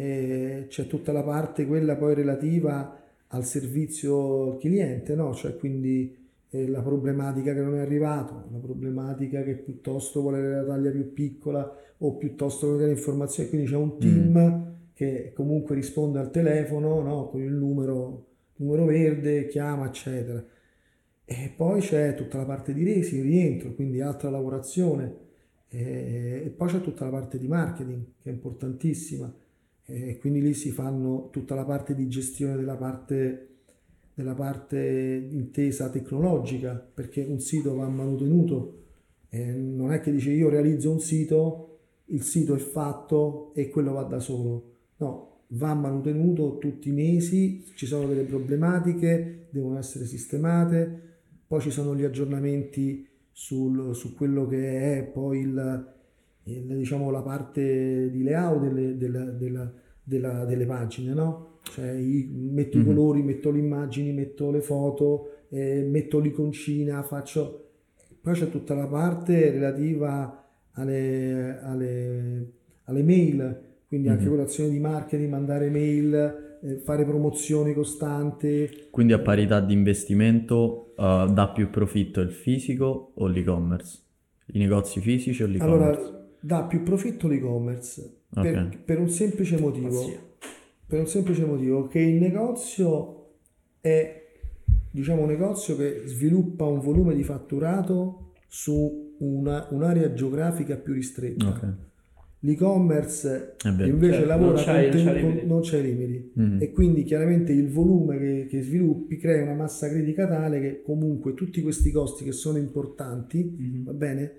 E c'è tutta la parte quella poi relativa al servizio al cliente, no? Cioè quindi eh, la problematica che non è arrivato, la problematica che piuttosto vuole la taglia più piccola o piuttosto che le informazioni, quindi c'è un team mm. che comunque risponde al telefono, no? Con il numero, numero verde, chiama, eccetera. E poi c'è tutta la parte di resi, rientro, quindi altra lavorazione, e, e poi c'è tutta la parte di marketing che è importantissima, e quindi lì si fanno tutta la parte di gestione della parte della parte intesa tecnologica, perché un sito va manutenuto, eh, non è che dice io realizzo un sito, il sito è fatto e quello va da solo, no, va manutenuto tutti i mesi, ci sono delle problematiche, devono essere sistemate, poi ci sono gli aggiornamenti sul, su quello che è poi il, il, diciamo, la parte di layout delle, della, della, della, delle pagine, no? Cioè metto mm-hmm. i colori, metto le immagini, metto le foto, eh, metto l'iconcina, faccio... Poi c'è tutta la parte relativa alle, alle, alle mail, quindi mm-hmm. anche con l'azione di marketing, mandare mail, eh, fare promozioni costanti. Quindi a parità di investimento uh, dà più profitto il fisico o l'e-commerce? I negozi fisici o l'e-commerce? Allora, dà più profitto l'e-commerce, okay. per, per un semplice motivo. Sì. Per un semplice motivo che il negozio è, diciamo, un negozio che sviluppa un volume di fatturato su una, un'area geografica più ristretta. Okay. L'e-commerce invece cioè, lavora non c'hai, con, non c'hai con, non c'hai limiti mm-hmm. e quindi chiaramente il volume che, che sviluppi crea una massa critica tale che comunque tutti questi costi che sono importanti, mm-hmm. va bene,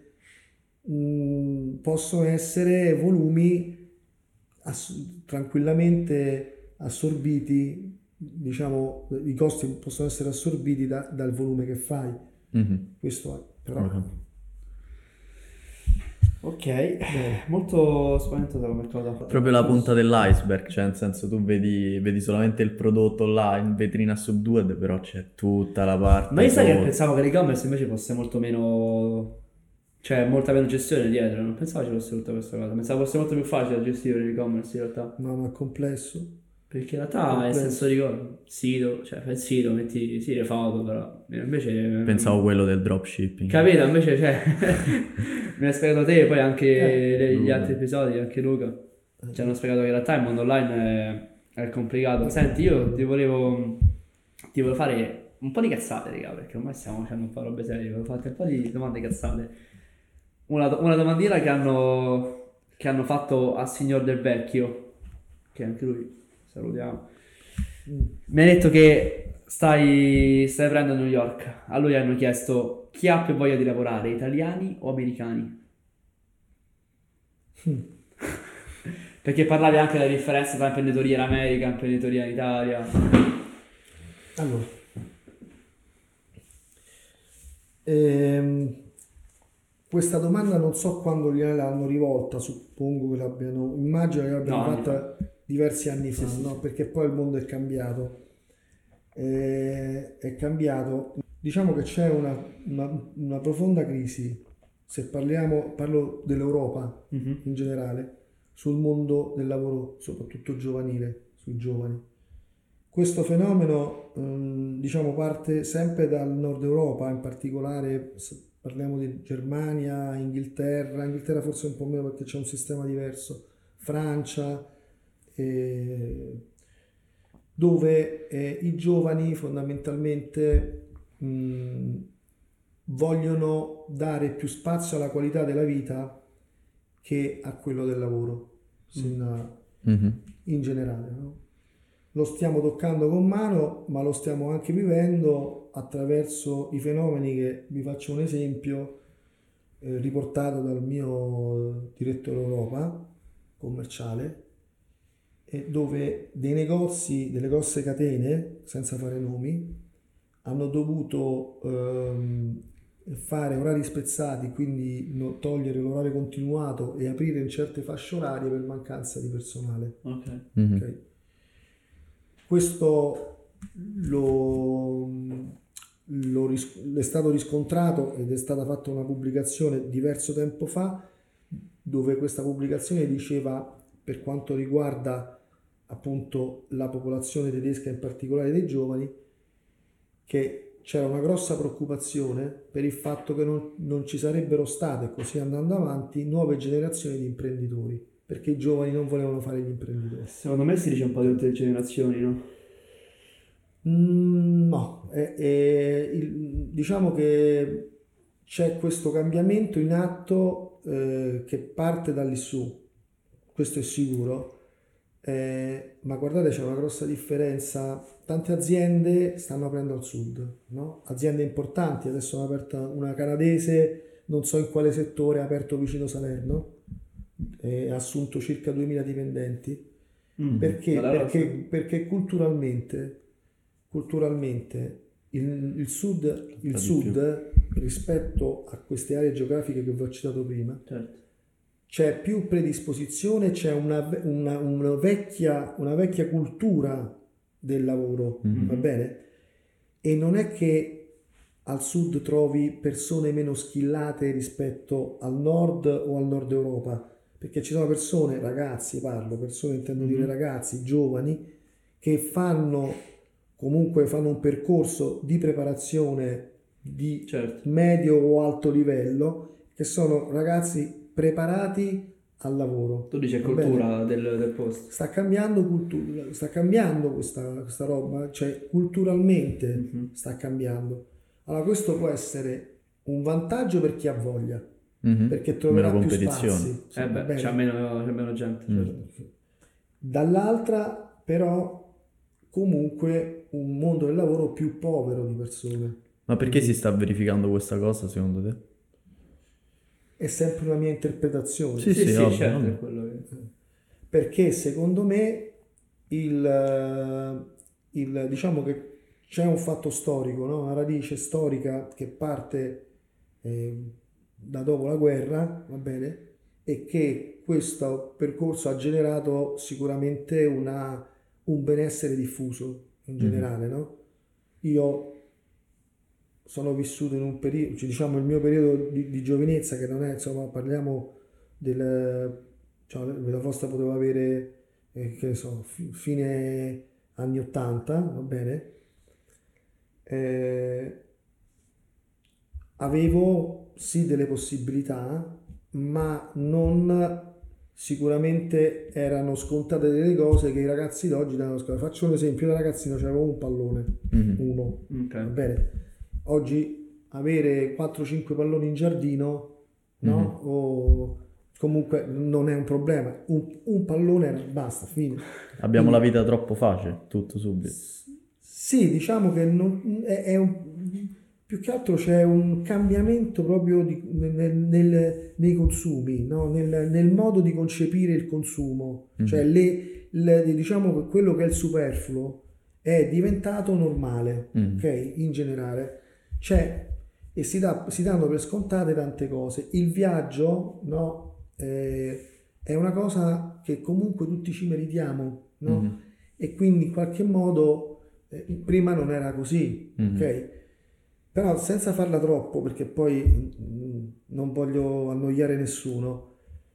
mh, possono essere volumi Ass- tranquillamente assorbiti, diciamo, i costi possono essere assorbiti da, dal volume che fai. Mm-hmm. Questo è, però. Okay. Ok, beh, molto spaventosa come cosa. Proprio la punta dell'iceberg, cioè nel senso tu vedi, vedi solamente il prodotto là in vetrina Subdued, però c'è tutta la parte. Ma io sai che pensavo che l'e-commerce invece fosse molto meno, cioè molta meno gestione dietro, non pensavo ci fosse tutta questa cosa, pensavo fosse molto più facile da gestire l'e-commerce in realtà. No, no, è complesso. Perché in realtà è il senso di cosa, sito, cioè fai il sito, metti sì le foto, però invece... Pensavo quello del dropshipping. Capito, invece cioè, mi hai spiegato te, poi anche eh, gli Luca. altri episodi, anche Luca, ci hanno spiegato che in realtà il mondo online è, è complicato. Senti, io ti volevo, ti volevo fare un po' di cazzate, raga, perché ormai stiamo facendo un po' robe serie, volevo farti un po' di domande cazzate. Una, una domandina che hanno, che hanno fatto al signor Del Vecchio, che anche lui... salutiamo. Mi ha detto che stai, stai aprendo a New York. A lui hanno chiesto chi ha più voglia di lavorare, italiani o americani? Mm. Perché parlavi anche della differenza tra imprenditoria in America e imprenditoria in Italia. Allora, ehm, questa domanda non so quando l'hanno rivolta, suppongo che l'abbiano, immagino che l'abbiano no, fatta diversi anni fa, sì, no? Sì. Perché poi il mondo è cambiato, eh, è cambiato. Diciamo che c'è una, una, una profonda crisi, se parliamo, parlo dell'Europa mm-hmm. in generale, sul mondo del lavoro, soprattutto giovanile, sui giovani. Questo fenomeno, ehm, diciamo, parte sempre dal nord Europa, in particolare parliamo di Germania, Inghilterra, Inghilterra forse un po' meno perché c'è un sistema diverso, Francia. E dove eh, i giovani fondamentalmente mh, vogliono dare più spazio alla qualità della vita che a quello del lavoro, in, Mm-hmm. in generale, no? Lo stiamo toccando con mano, ma lo stiamo anche vivendo attraverso i fenomeni che, vi faccio un esempio, eh, riportato dal mio direttore Europa commerciale, e dove dei negozi, delle grosse catene, senza fare nomi, hanno dovuto ehm, fare orari spezzati, quindi no- togliere l'orario continuato e aprire in certe fasce orarie per mancanza di personale. Ok. Mm-hmm. Ok? Questo lo, lo ris- è stato riscontrato ed è stata fatta una pubblicazione diverso tempo fa, dove questa pubblicazione diceva, per quanto riguarda appunto la popolazione tedesca, in particolare dei giovani, che c'era una grossa preoccupazione per il fatto che non, non ci sarebbero state, così andando avanti, nuove generazioni di imprenditori, perché i giovani non volevano fare gli imprenditori. Secondo me si dice un po' di tutte le generazioni, no? Mm, no, è- è il- diciamo che c'è questo cambiamento in atto eh, che parte da lì su, questo è sicuro. Eh, ma guardate, c'è una grossa differenza. Tante aziende stanno aprendo al sud, no? Aziende importanti, adesso hanno aperta una canadese, non so in quale settore, ha aperto vicino Salerno, e ha assunto circa duemila dipendenti. Mm. Perché? Allora, Perché, sì. perché culturalmente, culturalmente il, il sud, il di sud rispetto a queste aree geografiche che vi ho citato prima, Certo. c'è più predisposizione, c'è una, ve- una- una vecchia, una vecchia cultura del lavoro, va bene? E non è che al sud trovi persone meno skillate rispetto al nord o al nord Europa, perché ci sono persone, ragazzi parlo, persone intendo dire ragazzi, giovani, che fanno comunque fanno un percorso di preparazione di Certo. medio o alto livello, che sono ragazzi preparati al lavoro. Tu dici Va bene? cultura del, del posto. Sta cambiando, cultu- sta cambiando questa, questa roba, cioè culturalmente Mhm. sta cambiando. Allora questo può essere un vantaggio per chi ha voglia, Mhm. perché troverà Meno più competizione. spazi. Eh va beh, bene? c'è meno, c'è meno gente. certo. Dall'altra però comunque un mondo del lavoro più povero di persone. Ma perché si sta verificando questa cosa secondo te? È sempre una mia interpretazione. Sì, Sì, sì, ovvio, certo, ovvio. è quello che... Perché secondo me il, eh, il- diciamo che c'è un fatto storico, no? Una radice storica che parte eh, da dopo la guerra, va bene? E che questo percorso ha generato sicuramente una- un benessere diffuso in generale, no? Io sono vissuto in un periodo, cioè, diciamo il mio periodo di, di giovinezza, che non è, insomma, parliamo del, cioè, la vostra poteva avere, eh, che ne so, fi- fine anni ottanta, va bene? Eh, avevo sì delle possibilità, ma non sicuramente erano scontate delle cose che i ragazzi d'oggi danno a scuola. Faccio un esempio: da ragazzino c'avevo un pallone, uno, va Ok. bene? Oggi avere quattro cinque palloni in giardino, no? O comunque non è un problema. Un, un pallone era- basta, fine. Abbiamo la vita troppo facile, tutto subito. Sì, diciamo che non- è, è un, più che altro c'è un cambiamento proprio di- nel- nel- nei consumi, no? Nel, nel modo di concepire il consumo. Cioè, le, le- diciamo che quello che è il superfluo è diventato normale, ok? In generale. C'è e si, dà- si danno per scontate tante cose. Il viaggio, no? Eh, è una cosa che comunque tutti ci meritiamo, no? E quindi in qualche modo eh, prima non era così, ok? Però senza farla troppo, perché poi mm, non voglio annoiare nessuno,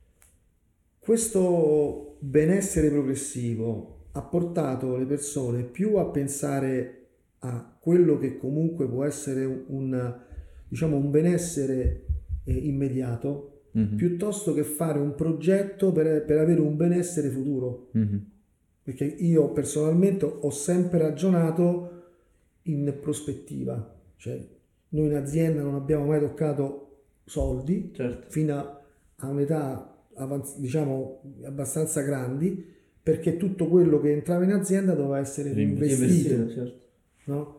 questo benessere progressivo ha portato le persone più a pensare a quello che comunque può essere un, diciamo, un benessere eh, immediato, piuttosto che fare un progetto per, per avere un benessere futuro. Mhm. perché io personalmente ho sempre ragionato in prospettiva, cioè noi in azienda non abbiamo mai toccato soldi, Certo. fino a, a un'età avanz- diciamo abbastanza grandi, perché tutto quello che entrava in azienda doveva essere reinvestito, Investito, certo. no?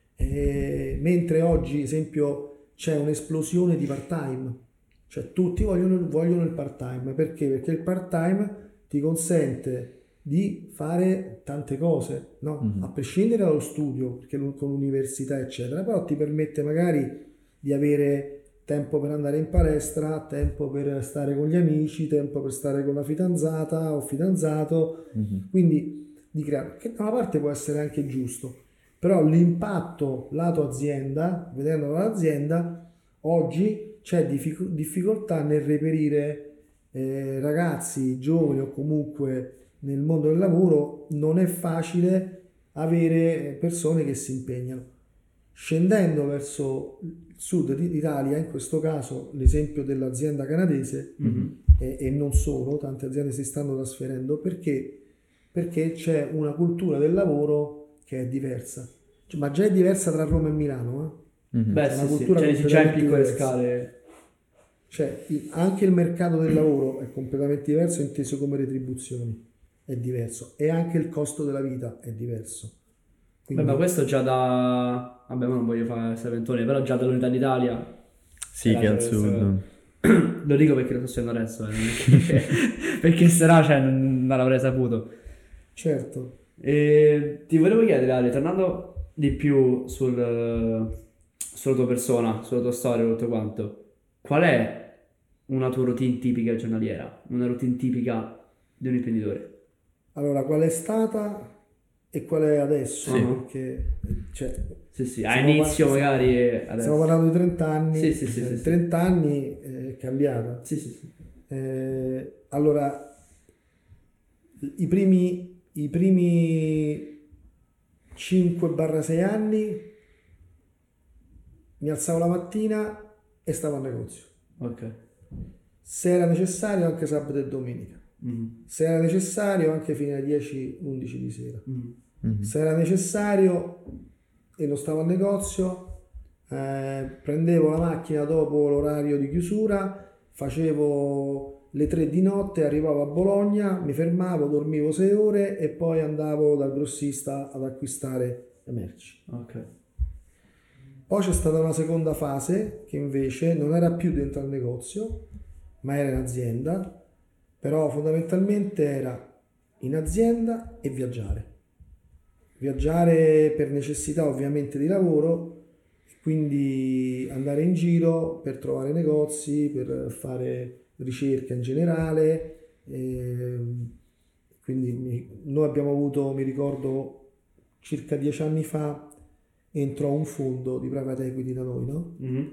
E mentre oggi, esempio, c'è un'esplosione di part-time, cioè tutti vogliono, vogliono il part-time, perché? Perché il part-time ti consente di fare tante cose, no? Mhm. A prescindere dallo studio, perché lu- con l'università eccetera, però ti permette magari di avere tempo per andare in palestra, tempo per stare con gli amici, tempo per stare con la fidanzata o fidanzato, Mhm. quindi di creare, che da una parte può essere anche giusto, però l'impatto lato azienda, vedendo l'azienda, oggi c'è diffic- difficoltà nel reperire eh, ragazzi giovani o comunque nel mondo del lavoro, non è facile avere persone che si impegnano. Scendendo verso il sud d'Italia, in questo caso l'esempio dell'azienda canadese, Mhm. e, e non solo, tante aziende si stanno trasferendo perché perché c'è una cultura del lavoro che è diversa. Cioè, ma già è diversa tra Roma e Milano, eh? Mhm. Beh, C'è sì, una sì, cultura cioè dici già in completamente piccole diversa. scale. Cioè, i- anche il mercato del lavoro è completamente diverso, inteso come retribuzioni, è diverso, e anche il costo della vita è diverso. Beh, Quindi, ma questo già da... Vabbè, ma non voglio fare Saventone, però già dall'unità d'Italia... Sì, era che al già questa cosa. sud. Lo dico perché lo sto facendo adesso, eh, non è che- perché sennò cioè, non, non l'avrei saputo. certo, E ti volevo chiedere, Ale, tornando di più sul, sulla tua persona, sulla tua storia, tutto quanto, qual è una tua routine tipica giornaliera? Una routine tipica di un imprenditore? allora qual è stata e qual è adesso? Sì. Perché, cioè, Sì, sì, a stiamo inizio par- magari e stiamo adesso. parlando di trenta anni, Sì, sì, sì, eh, sì, sì. trenta anni eh, è cambiata. Sì, sì, sì. Eh, allora, i primi, i primi cinque sei anni mi alzavo la mattina e stavo al negozio. Ok. Se era necessario anche sabato e domenica. Mhm. Se era necessario anche fino alle dieci undici di sera. Mhm. Mhm. Se era necessario e non stavo al negozio, eh, prendevo la macchina dopo l'orario di chiusura, facevo le tre di notte, arrivavo a Bologna, mi fermavo, dormivo sei ore e poi andavo dal grossista ad acquistare le merci. Ok. Poi c'è stata una seconda fase che invece non era più dentro al negozio, ma era in azienda, però fondamentalmente era in azienda e viaggiare. Viaggiare per necessità ovviamente di lavoro, quindi andare in giro per trovare negozi, per fare ricerca in generale. ehm, Quindi mi- noi abbiamo avuto, mi ricordo, circa dieci anni fa entrò un fondo di private equity da noi, no? Mhm.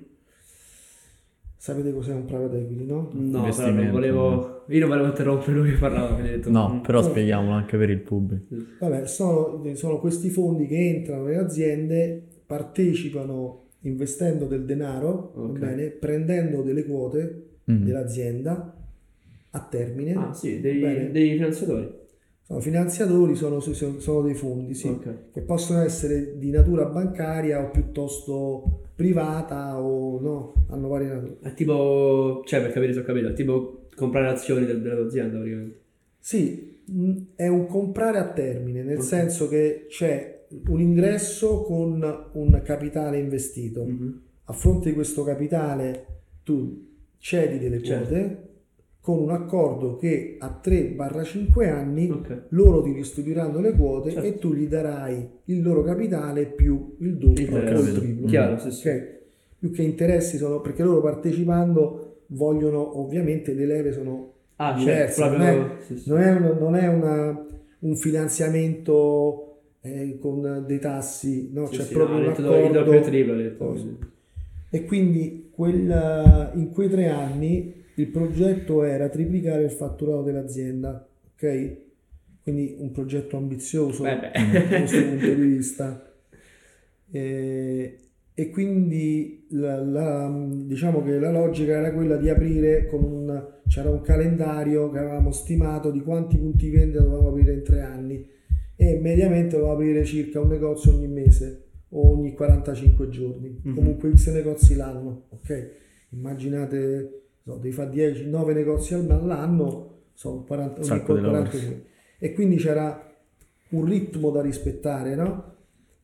Sapete cos'è un private equity, no? No, però non Investimento, volevo... Io non volevo interrompere lui che parlava, quindi ho detto... No, mm. però Vabbè. spieghiamolo anche per il pubblico. Vabbè, sono, sono questi fondi che entrano nelle aziende, partecipano investendo del denaro, va Ok. bene, prendendo delle quote Mhm. dell'azienda a termine. Ah, sì, dei, Bene. dei finanziatori. Sono finanziatori, sono, sono- sono dei fondi, sì, Ok. che possono essere di natura bancaria o piuttosto privata o no, hanno varie nature. È tipo... Cioè, per capire se ho capito, è tipo comprare azioni del- della tua azienda, praticamente. Sì, mh, è un comprare a termine, nel Ok. senso che c'è un ingresso con un capitale investito. Mhm. A fronte di questo capitale tu cedi delle Certo. quote con un accordo che a tre cinque anni Ok. loro ti restituiranno le quote Certo. e tu gli darai il loro capitale più il doppio o Interesse. il triplo. Chiaro, sì, sì. Ok? Più che interessi sono perché loro partecipando vogliono ovviamente le leve sono Ah, diverse, certo, non è, proprio... sì, sì. non è, un, non è una- un finanziamento eh, con dei tassi, no? Sì, c'è sì, proprio no, un ha detto il doppio e accordo. triplo, ha detto. Cosa. Sì. E quindi quel- in quei tre anni il progetto era triplicare il fatturato dell'azienda, ok? Quindi un progetto ambizioso Beh, beh. da questo punto di vista. E, e quindi la, la- diciamo che la logica era quella di aprire con un c'era un calendario che avevamo stimato di quanti punti vendita dovevamo aprire in tre anni e mediamente dovevamo aprire circa un negozio ogni mese o ogni quarantacinque giorni, mm-hmm. comunque X negozi l'anno, ok? Immaginate, so, devi fare dieci nove negozi all'anno, sono quaranta, ogni quaranta e quindi c'era un ritmo da rispettare, no?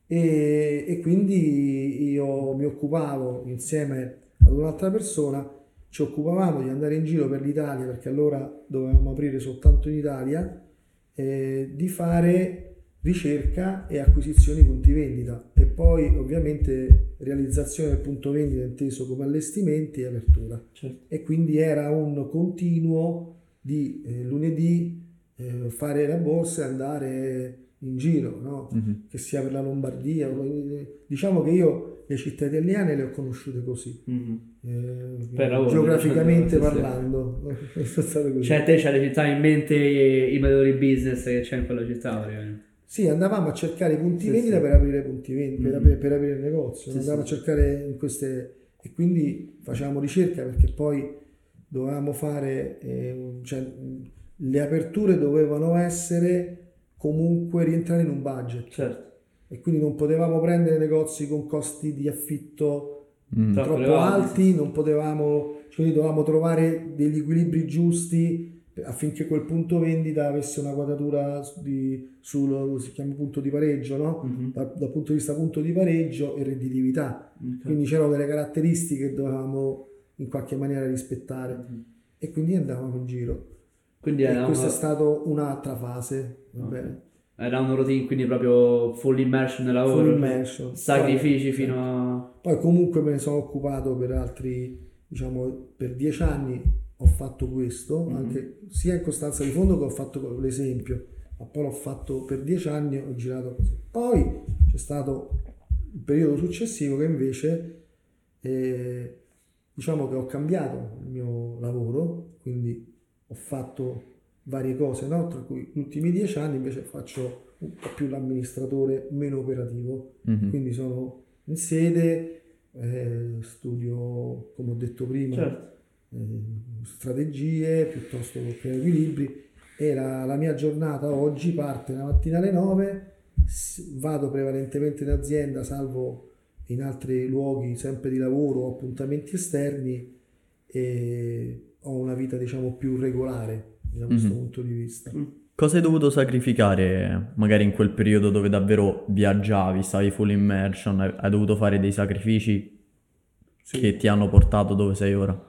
E, e quindi io mi occupavo insieme ad un'altra persona, ci occupavamo di andare in giro per l'Italia, perché allora dovevamo aprire soltanto in Italia, eh, di fare ricerca e acquisizione punti vendita e poi ovviamente realizzazione del punto vendita inteso come allestimenti e apertura. Certo. E quindi era un continuo di eh, lunedì eh, fare la borsa e andare in giro, no? Mm-hmm. Che sia per la Lombardia, diciamo che io le città italiane le ho conosciute così, mm-hmm. eh, per lavoro, geograficamente parlando. Cioè te c'hai le città in mente, i imprenditori business che c'è in quella città praticamente. Sì, andavamo a cercare i punti sì, vendita sì. per aprire punti vendita, mm-hmm. per, aprire, per aprire il negozio, sì, andavamo sì. a cercare in queste e quindi facevamo ricerca perché poi dovevamo fare, eh, cioè le aperture dovevano essere comunque rientrare in un budget, certo. E quindi non potevamo prendere negozi con costi di affitto mm. troppo elevati, alti, sì. non potevamo, cioè dovevamo trovare degli equilibri giusti affinché quel punto vendita avesse una quadratura di, sul, si chiama punto di pareggio, no? Mm-hmm. Da, dal punto di vista punto di pareggio e redditività, okay. Quindi c'erano delle caratteristiche che dovevamo in qualche maniera rispettare, mm-hmm. e quindi andavamo in giro. Quindi e questa una... è stata un'altra fase, va okay. bene? Era una routine quindi proprio full immersion nel lavoro, full immersion. Sacrifici poi, fino a... Poi comunque me ne sono occupato per altri, diciamo, per dieci anni ho fatto questo, mm-hmm. anche sia in Costanza di Fondo che ho fatto l'esempio, ma poi l'ho fatto per dieci anni, ho girato così. Poi c'è stato il periodo successivo che invece, eh, diciamo che ho cambiato il mio lavoro, quindi ho fatto varie cose, no? Tra cui gli ultimi dieci anni invece faccio un po' più l'amministratore meno operativo, mm-hmm. quindi sono in sede, eh, studio, come ho detto prima, certo. eh, strategie piuttosto che equilibri, e la, la mia giornata oggi parte la mattina alle nove, vado prevalentemente in azienda, salvo in altri luoghi sempre di lavoro o appuntamenti esterni, e ho una vita diciamo più regolare da questo mm-hmm. punto di vista. Cosa hai dovuto sacrificare magari in quel periodo dove davvero viaggiavi, stavi full immersion, hai, hai dovuto fare dei sacrifici sì. che ti hanno portato dove sei ora?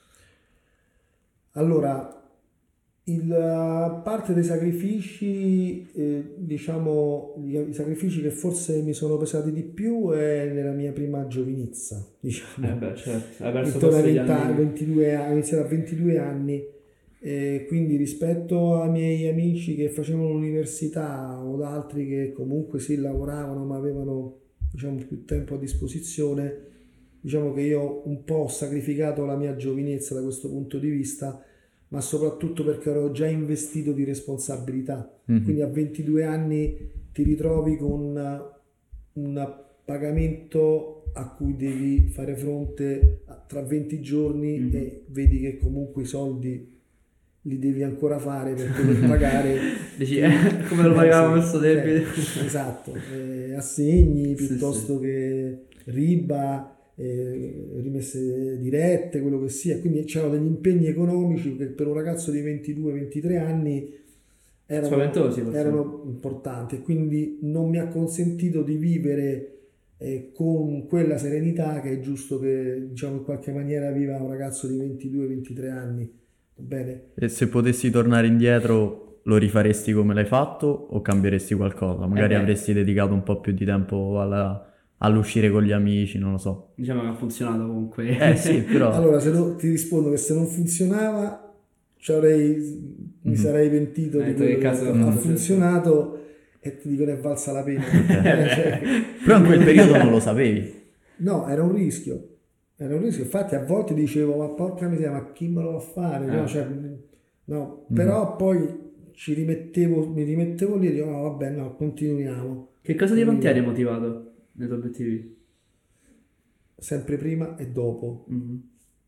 Allora, il, parte dei sacrifici, eh, diciamo, gli, i sacrifici che forse mi sono pesati di più è nella mia prima giovinezza, diciamo. Eh beh, certo. Hai perso intorno a venti, ventidue anni, ho iniziato a ventidue anni, e quindi rispetto ai miei amici che facevano l'università o ad altri che comunque sì lavoravano ma avevano diciamo più tempo a disposizione, diciamo che io un po' ho sacrificato la mia giovinezza da questo punto di vista, ma soprattutto perché ero già investito di responsabilità, mm-hmm. quindi a ventidue anni ti ritrovi con un pagamento a cui devi fare fronte tra venti giorni, mm-hmm. e vedi che comunque i soldi li devi ancora fare per poter pagare. Dici, eh, come lo pagavamo questo debito? Cioè, esatto, eh, assegni piuttosto sì, sì. che riba, eh, rimesse dirette, quello che sia. Quindi c'erano degli impegni economici che per un ragazzo di ventidue ventitré anni erano, erano importanti, e quindi non mi ha consentito di vivere eh, con quella serenità che è giusto che diciamo in qualche maniera viva un ragazzo di ventidue ventitré anni. Bene. E se potessi tornare indietro lo rifaresti come l'hai fatto o cambieresti qualcosa? Magari eh avresti dedicato un po' più di tempo alla, all'uscire con gli amici, non lo so. Diciamo che ha funzionato comunque. Eh sì, però... Allora, se no, ti rispondo che se non funzionava ci avrei, mm-hmm. mi sarei pentito eh, di quello che, che ha funzionato, e ti dico ne è valsa la pena. cioè, però in quel periodo non lo sapevi. No, era un rischio. Era un rischio, infatti a volte dicevo ma porca miseria, ma chi me lo va a fare? No, cioè, no. Mm. Però poi ci rimettevo, mi rimettevo lì e dicevo no vabbè no, continuiamo. Che cosa ti mantiene motivato nei tuoi obiettivi? Sempre prima e dopo. Mm-hmm.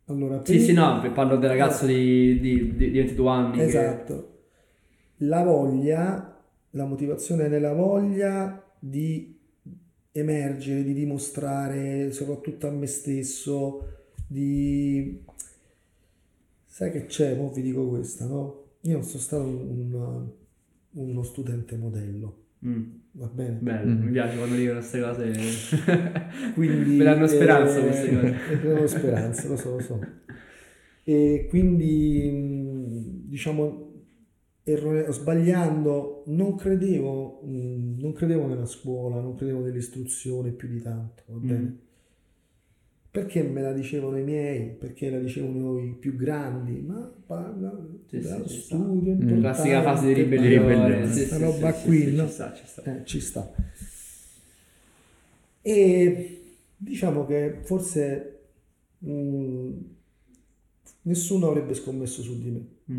Allora, Sì, prima- sì, no, parlo del ragazzo di, di, di, di ventidue anni. che- Esatto. La voglia, la motivazione nella voglia di emergere, di dimostrare, soprattutto a me stesso, di... Sai che c'è? Mo vi dico questa, no? Io non sono stato un- uno studente modello, Mm, va bene? bello, Mhm. mi piace quando dicono queste cose. Quindi... Mi danno speranza eh, queste cose. mi danno speranza, lo so, lo so. E quindi, mh, diciamo, errore- sbagliando, non credevo, mh, non credevo nella scuola, non credevo nell'istruzione più di tanto, va Mm. bene? Perché me la dicevano i miei, perché la dicevano i più grandi, ma parla, Sì, sì, lo ci sta. studio è Mm. importante, Classica fase di parla- ribellione. Sì, questa sì, roba sì, qui, sì, sì, no? ci sta, ci sta. Eh, ci sta. E diciamo che forse mh, nessuno avrebbe scommesso su di me, Mm.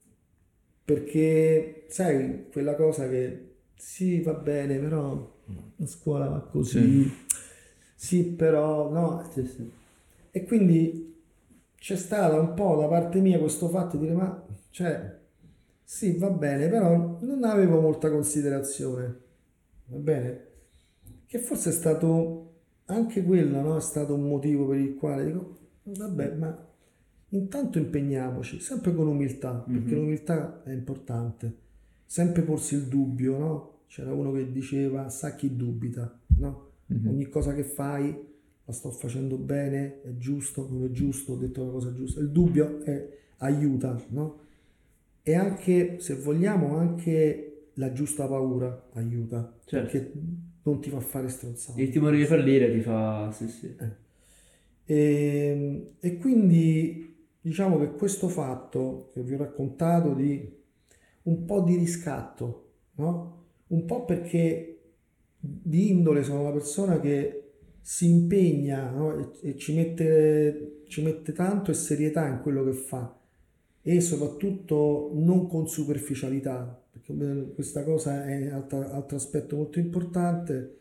perché sai, quella cosa che sì, va bene, però la scuola va così, sì, però no. Sì, sì. E quindi c'è stata un po' da parte mia questo fatto di dire, ma cioè, sì, va bene, però non avevo molta considerazione, va bene? Che forse è stato anche quello, no? È stato un motivo per il quale dico, vabbè, ma intanto impegniamoci, sempre con umiltà, perché Mhm. l'umiltà è importante, sempre porsi il dubbio, no? C'era uno che diceva, sa chi dubita, no? Mhm. Ogni cosa che fai, la sto facendo bene, è giusto, non è giusto, ho detto una cosa giusta. Il dubbio è, aiuta, no? E anche, se vogliamo, anche la giusta paura aiuta, Certo. perché non ti fa fare stronzate. Il timore di fallire ti fa... Sì, sì. E, e quindi diciamo che questo fatto che vi ho raccontato di un po' di riscatto, no? Un po' perché di indole sono una persona che si impegna, no? e, e ci mette, ci mette tanto e serietà in quello che fa e soprattutto non con superficialità, perché questa cosa è altro, altro aspetto molto importante.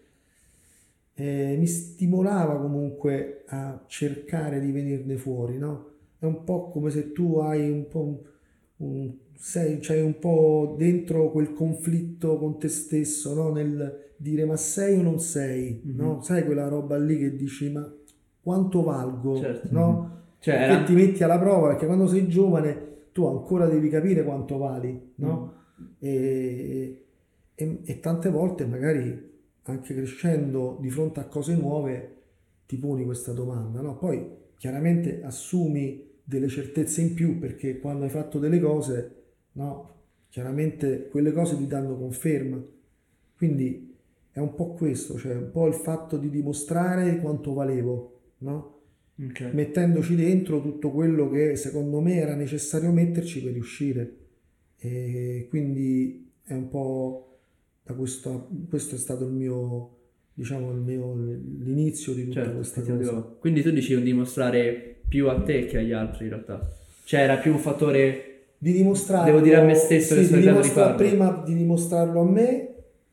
Eh, mi stimolava comunque a cercare di venirne fuori, no? È un po' come se tu hai un po' un, un- sei, c'hai un po' dentro quel conflitto con te stesso, no? Nel dire ma sei o non sei, no? Mhm. Sai quella roba lì che dici ma quanto valgo, Certo. no? Cioè, Perché era... ti metti alla prova, perché quando sei giovane tu ancora devi capire quanto vali, no? E, e- e tante volte magari anche crescendo di fronte a cose nuove ti poni questa domanda, no? Poi chiaramente assumi delle certezze in più perché quando hai fatto delle cose, no? Chiaramente quelle cose ti danno conferma. Quindi è un po' questo, cioè un po' il fatto di dimostrare quanto valevo, no? Ok. Mettendoci dentro tutto quello che secondo me era necessario metterci per riuscire. E quindi è un po' da questo, questo è stato il mio, diciamo, il mio, l'inizio di tutta Certo, questa effettivamente. cosa. Quindi tu dicevi dimostrare più a te che agli altri in realtà. Cioè era più un fattore... Di dimostrarlo, Devo dire a me stesso sì, che sono di in grado di dimostra- farlo. prima di dimostrarlo a me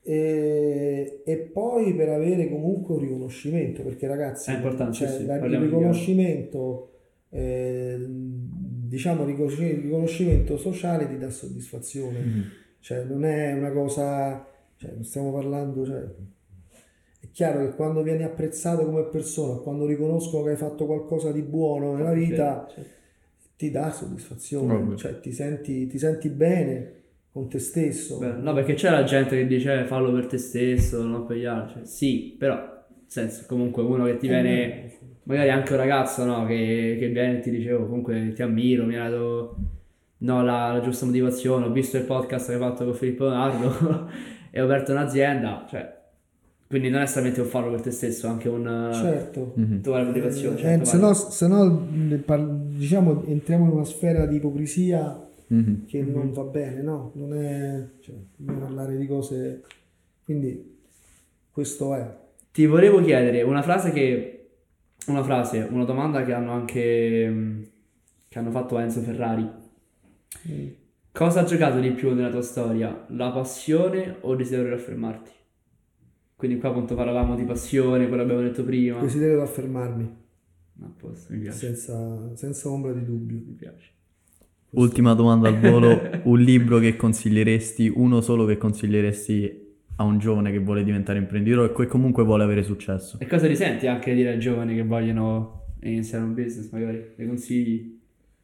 e, e poi per avere comunque un riconoscimento, perché ragazzi, È importante, cioè, sì, la- il parliamo di riconoscimento, eh, diciamo, riconosci- il riconoscimento sociale ti dà soddisfazione, Mhm. cioè non è una cosa, cioè, non stiamo parlando, cioè, è chiaro che quando vieni apprezzato come persona, quando riconoscono che hai fatto qualcosa di buono nella vita, Certo. ti dà soddisfazione, Ovvio. cioè ti senti, ti senti bene con te stesso. Beh, no, perché c'è la gente che dice eh, fallo per te stesso, non per gli altri. Cioè, sì, però, nel senso, comunque uno che ti Eh, viene, magari anche un ragazzo, no, che, che viene e ti dice, oh, comunque ti ammiro, mi ha dato, no, la, la giusta motivazione, ho visto il podcast che hai fatto con Filippo Leonardo e ho aperto un'azienda, cioè, quindi non è solamente un farlo per te stesso, anche un... Certo. Mhm. trovare motivazione, Eh, certo, se vale. no, se no, ne par- diciamo, entriamo in una sfera di ipocrisia Mhm. che non va bene, no? Non è, cioè, non parlare di cose, quindi questo è. Ti volevo chiedere una frase che, una frase, una domanda che hanno anche, mh, che hanno fatto a Enzo Ferrari. Mm. Cosa ha giocato di più nella tua storia? La passione o il desiderio di affermarti? Quindi qua appunto parlavamo di passione, quello abbiamo detto prima. Desiderio di affermarmi. A posto, mi piace. senza, senza ombra di dubbio. Mi piace. Ultima domanda al volo, un libro che consiglieresti, uno solo che consiglieresti a un giovane che vuole diventare imprenditore e che comunque vuole avere successo? E cosa risenti anche dire ai giovani che vogliono iniziare un business, magari? Dei consigli?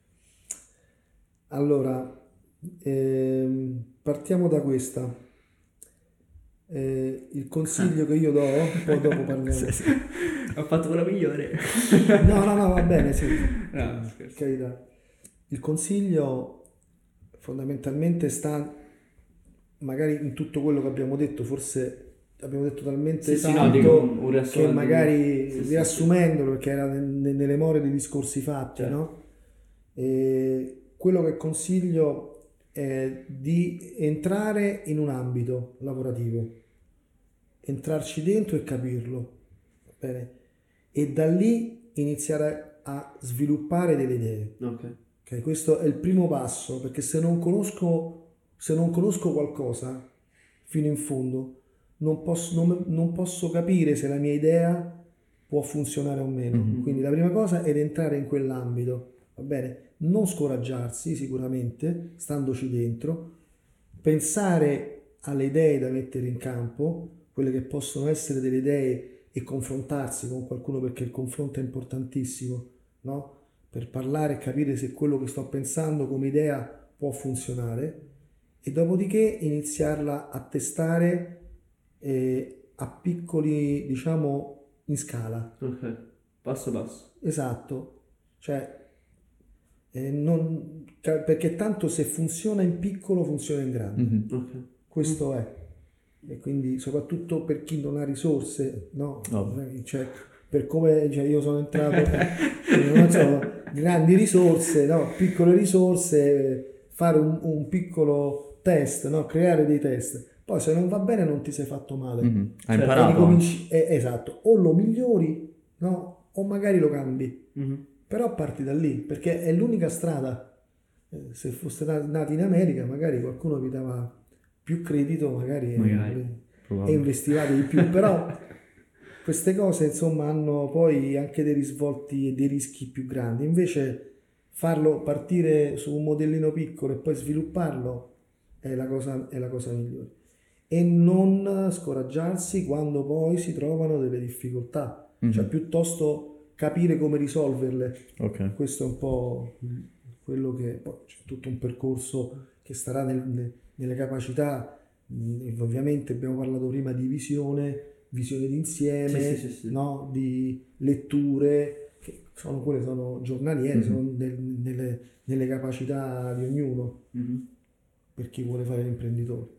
Allora, ehm, partiamo da questa. Eh, il consiglio che io do, poi dopo parliamo. Sì, sì. Ho fatto quello migliore. No, no, no, va bene, sì, No, scherzo. carità. Il consiglio fondamentalmente sta magari in tutto quello che abbiamo detto, forse abbiamo detto talmente Sì, sì, no, tanto dico un- un riassunto che di- magari sì, sì, riassumendolo, perché era nel- nelle more dei discorsi fatti, Certo. no? E quello che consiglio è di entrare in un ambito lavorativo, entrarci dentro e capirlo, va bene? E da lì iniziare a sviluppare delle idee. Ok. Ok, questo è il primo passo, perché se non conosco, se non conosco qualcosa fino in fondo, non posso, non, non posso capire se la mia idea può funzionare o meno. Mhm. Quindi la prima cosa è entrare in quell'ambito, va bene? Non scoraggiarsi sicuramente, standoci dentro, pensare alle idee da mettere in campo, quelle che possono essere delle idee, e confrontarsi con qualcuno, perché il confronto è importantissimo, no? Per parlare e capire se quello che sto pensando come idea può funzionare, e dopodiché iniziarla a testare eh, a piccoli, diciamo, in scala. Ok. Passo passo. Esatto, cioè eh, non, ca- perché tanto se funziona in piccolo funziona in grande. Mhm. Ok. Questo è. E quindi soprattutto per chi non ha risorse, no? Ovvio. Cioè, per come cioè io sono entrato, eh, non so, grandi risorse, no? Piccole risorse, fare un, un piccolo test, no? Creare dei test. Poi se non va bene non ti sei fatto male. Mhm. Hai Certo, E imparato? ricominci- eh, esatto, o lo migliori, no? O magari lo cambi. Mhm. Però parti da lì, perché è l'unica strada. Eh, se foste na- nati in America, magari qualcuno vi dava più credito, magari, e- Magari. e Probabile. investivate di più. Però queste cose, insomma, hanno poi anche dei risvolti e dei rischi più grandi. Invece farlo partire su un modellino piccolo e poi svilupparlo è la cosa, è la cosa migliore. E non scoraggiarsi quando poi si trovano delle difficoltà, cioè Mhm. piuttosto capire come risolverle. Ok. Questo è un po' quello che poi c'è tutto un percorso che starà nel- ne- nelle capacità. mh, e ovviamente abbiamo parlato prima di visione, visione d'insieme, Sì, sì, sì, sì. no? Di letture, che sono quelle sono giornaliere, Mhm. sono nel- nelle, nelle capacità di ognuno Mhm. per chi vuole fare l'imprenditore.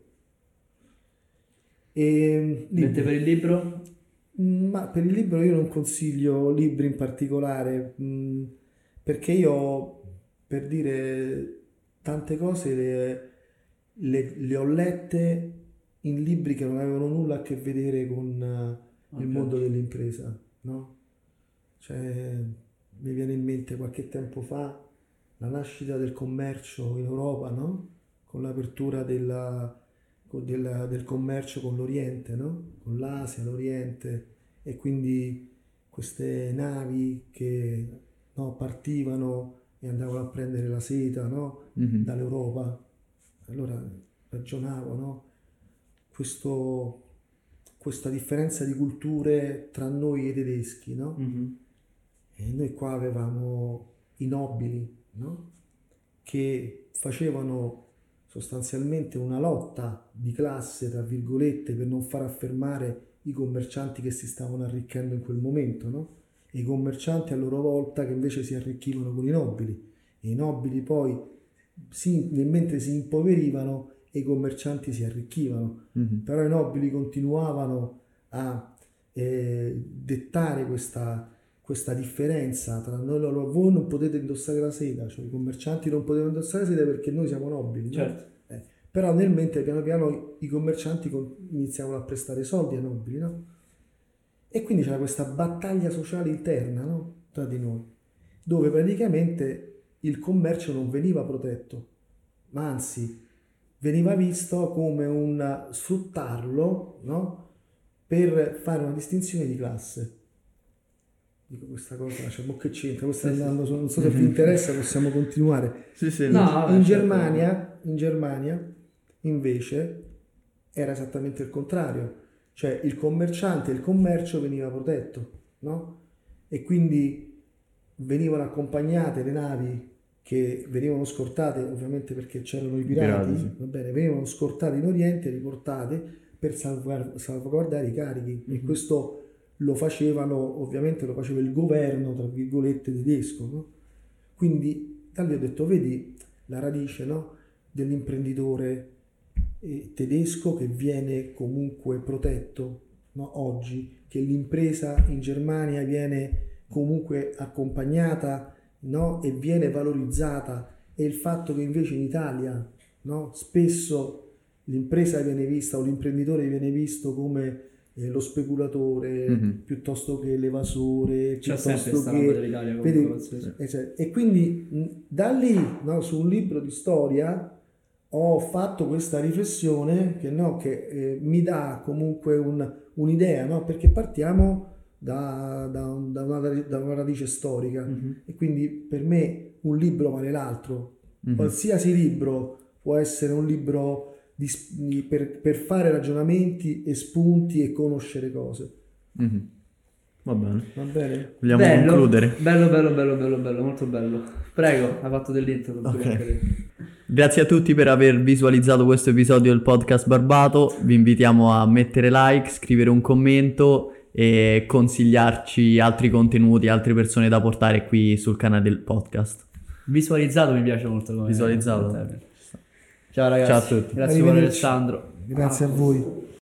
E, Mentre per il libro? Ma per il libro io non consiglio libri in particolare, mh, perché io, per dire, tante cose le, le- le ho lette in libri che non avevano nulla a che vedere con eh, il Ok. mondo dell'impresa, no? Cioè, mi viene in mente qualche tempo fa la nascita del commercio in Europa, no? Con l'apertura della- con della- del commercio con l'Oriente, no? Con l'Asia, l'Oriente, e quindi queste navi che no, partivano e andavano a prendere la seta, no? Mhm. Dall'Europa. Allora ragionavo, no? Questo, questa differenza di culture tra noi e i tedeschi, no? Mhm. E noi qua avevamo i nobili, no? Che facevano sostanzialmente una lotta di classe, tra virgolette, per non far affermare i commercianti che si stavano arricchendo in quel momento, no? E i commercianti a loro volta che invece si arricchivano con i nobili, e i nobili poi, si, nel mentre si impoverivano, e i commercianti si arricchivano. Mhm. Però i nobili continuavano a eh, dettare questa, questa differenza tra noi e loro. Voi non potete indossare la seta, cioè i commercianti non potevano indossare la seta perché noi siamo nobili, no? Certo. Eh, però nel mentre piano piano i commercianti con- iniziavano a prestare soldi ai nobili, no? E quindi c'era questa battaglia sociale interna, no? Tra di noi, dove praticamente il commercio non veniva protetto, ma anzi veniva visto come un sfruttarlo, no? Per fare una distinzione di classe. dico questa cosa, cioè, boh, che c'entra, questa sì, andando, sì. Non so se vi interessa, possiamo continuare. Sì, sì, in, no, in, Germania, in Germania invece era esattamente il contrario, cioè il commerciante e il commercio veniva protetto, no? E quindi venivano accompagnate le navi che venivano scortate, ovviamente perché c'erano i pirati, pirati sì. Va bene, venivano scortate in Oriente, riportate per salvaguard- salvaguardare i carichi, mm-hmm. E questo lo facevano, ovviamente lo faceva il governo, tra virgolette, tedesco, no? Quindi da lì ho detto, vedi la radice, no? Dell'imprenditore eh, tedesco che viene comunque protetto, no? Oggi, che l'impresa in Germania viene comunque accompagnata, no? E viene valorizzata, e il fatto che invece in Italia, no? Spesso l'impresa viene vista o l'imprenditore viene visto come eh, lo speculatore, mm-hmm. piuttosto che l'evasore, c'è piuttosto che dell'Italia vedi, eh, e quindi mh, da lì, no? Su un libro di storia ho fatto questa riflessione che, no? Che eh, mi dà comunque un, un'idea, no? Perché partiamo Da, da, da, una, da una radice storica, mm-hmm. E quindi per me un libro vale l'altro, mm-hmm. Qualsiasi libro può essere un libro di, di, per, per fare ragionamenti e spunti e conoscere cose, mm-hmm. Va bene, va bene? Vogliamo bello, concludere? Bello, bello, bello, bello, bello, molto bello. Prego, hai fatto dell'intro. Okay. Grazie a tutti per aver visualizzato questo episodio del podcast Barbato. Vi invitiamo a mettere like, scrivere un commento e consigliarci altri contenuti, altre persone da portare qui sul canale del podcast. Visualizzato mi piace molto come visualizzato. Ciao ragazzi. Ciao a tutti. Grazie per Alessandro. Grazie a voi.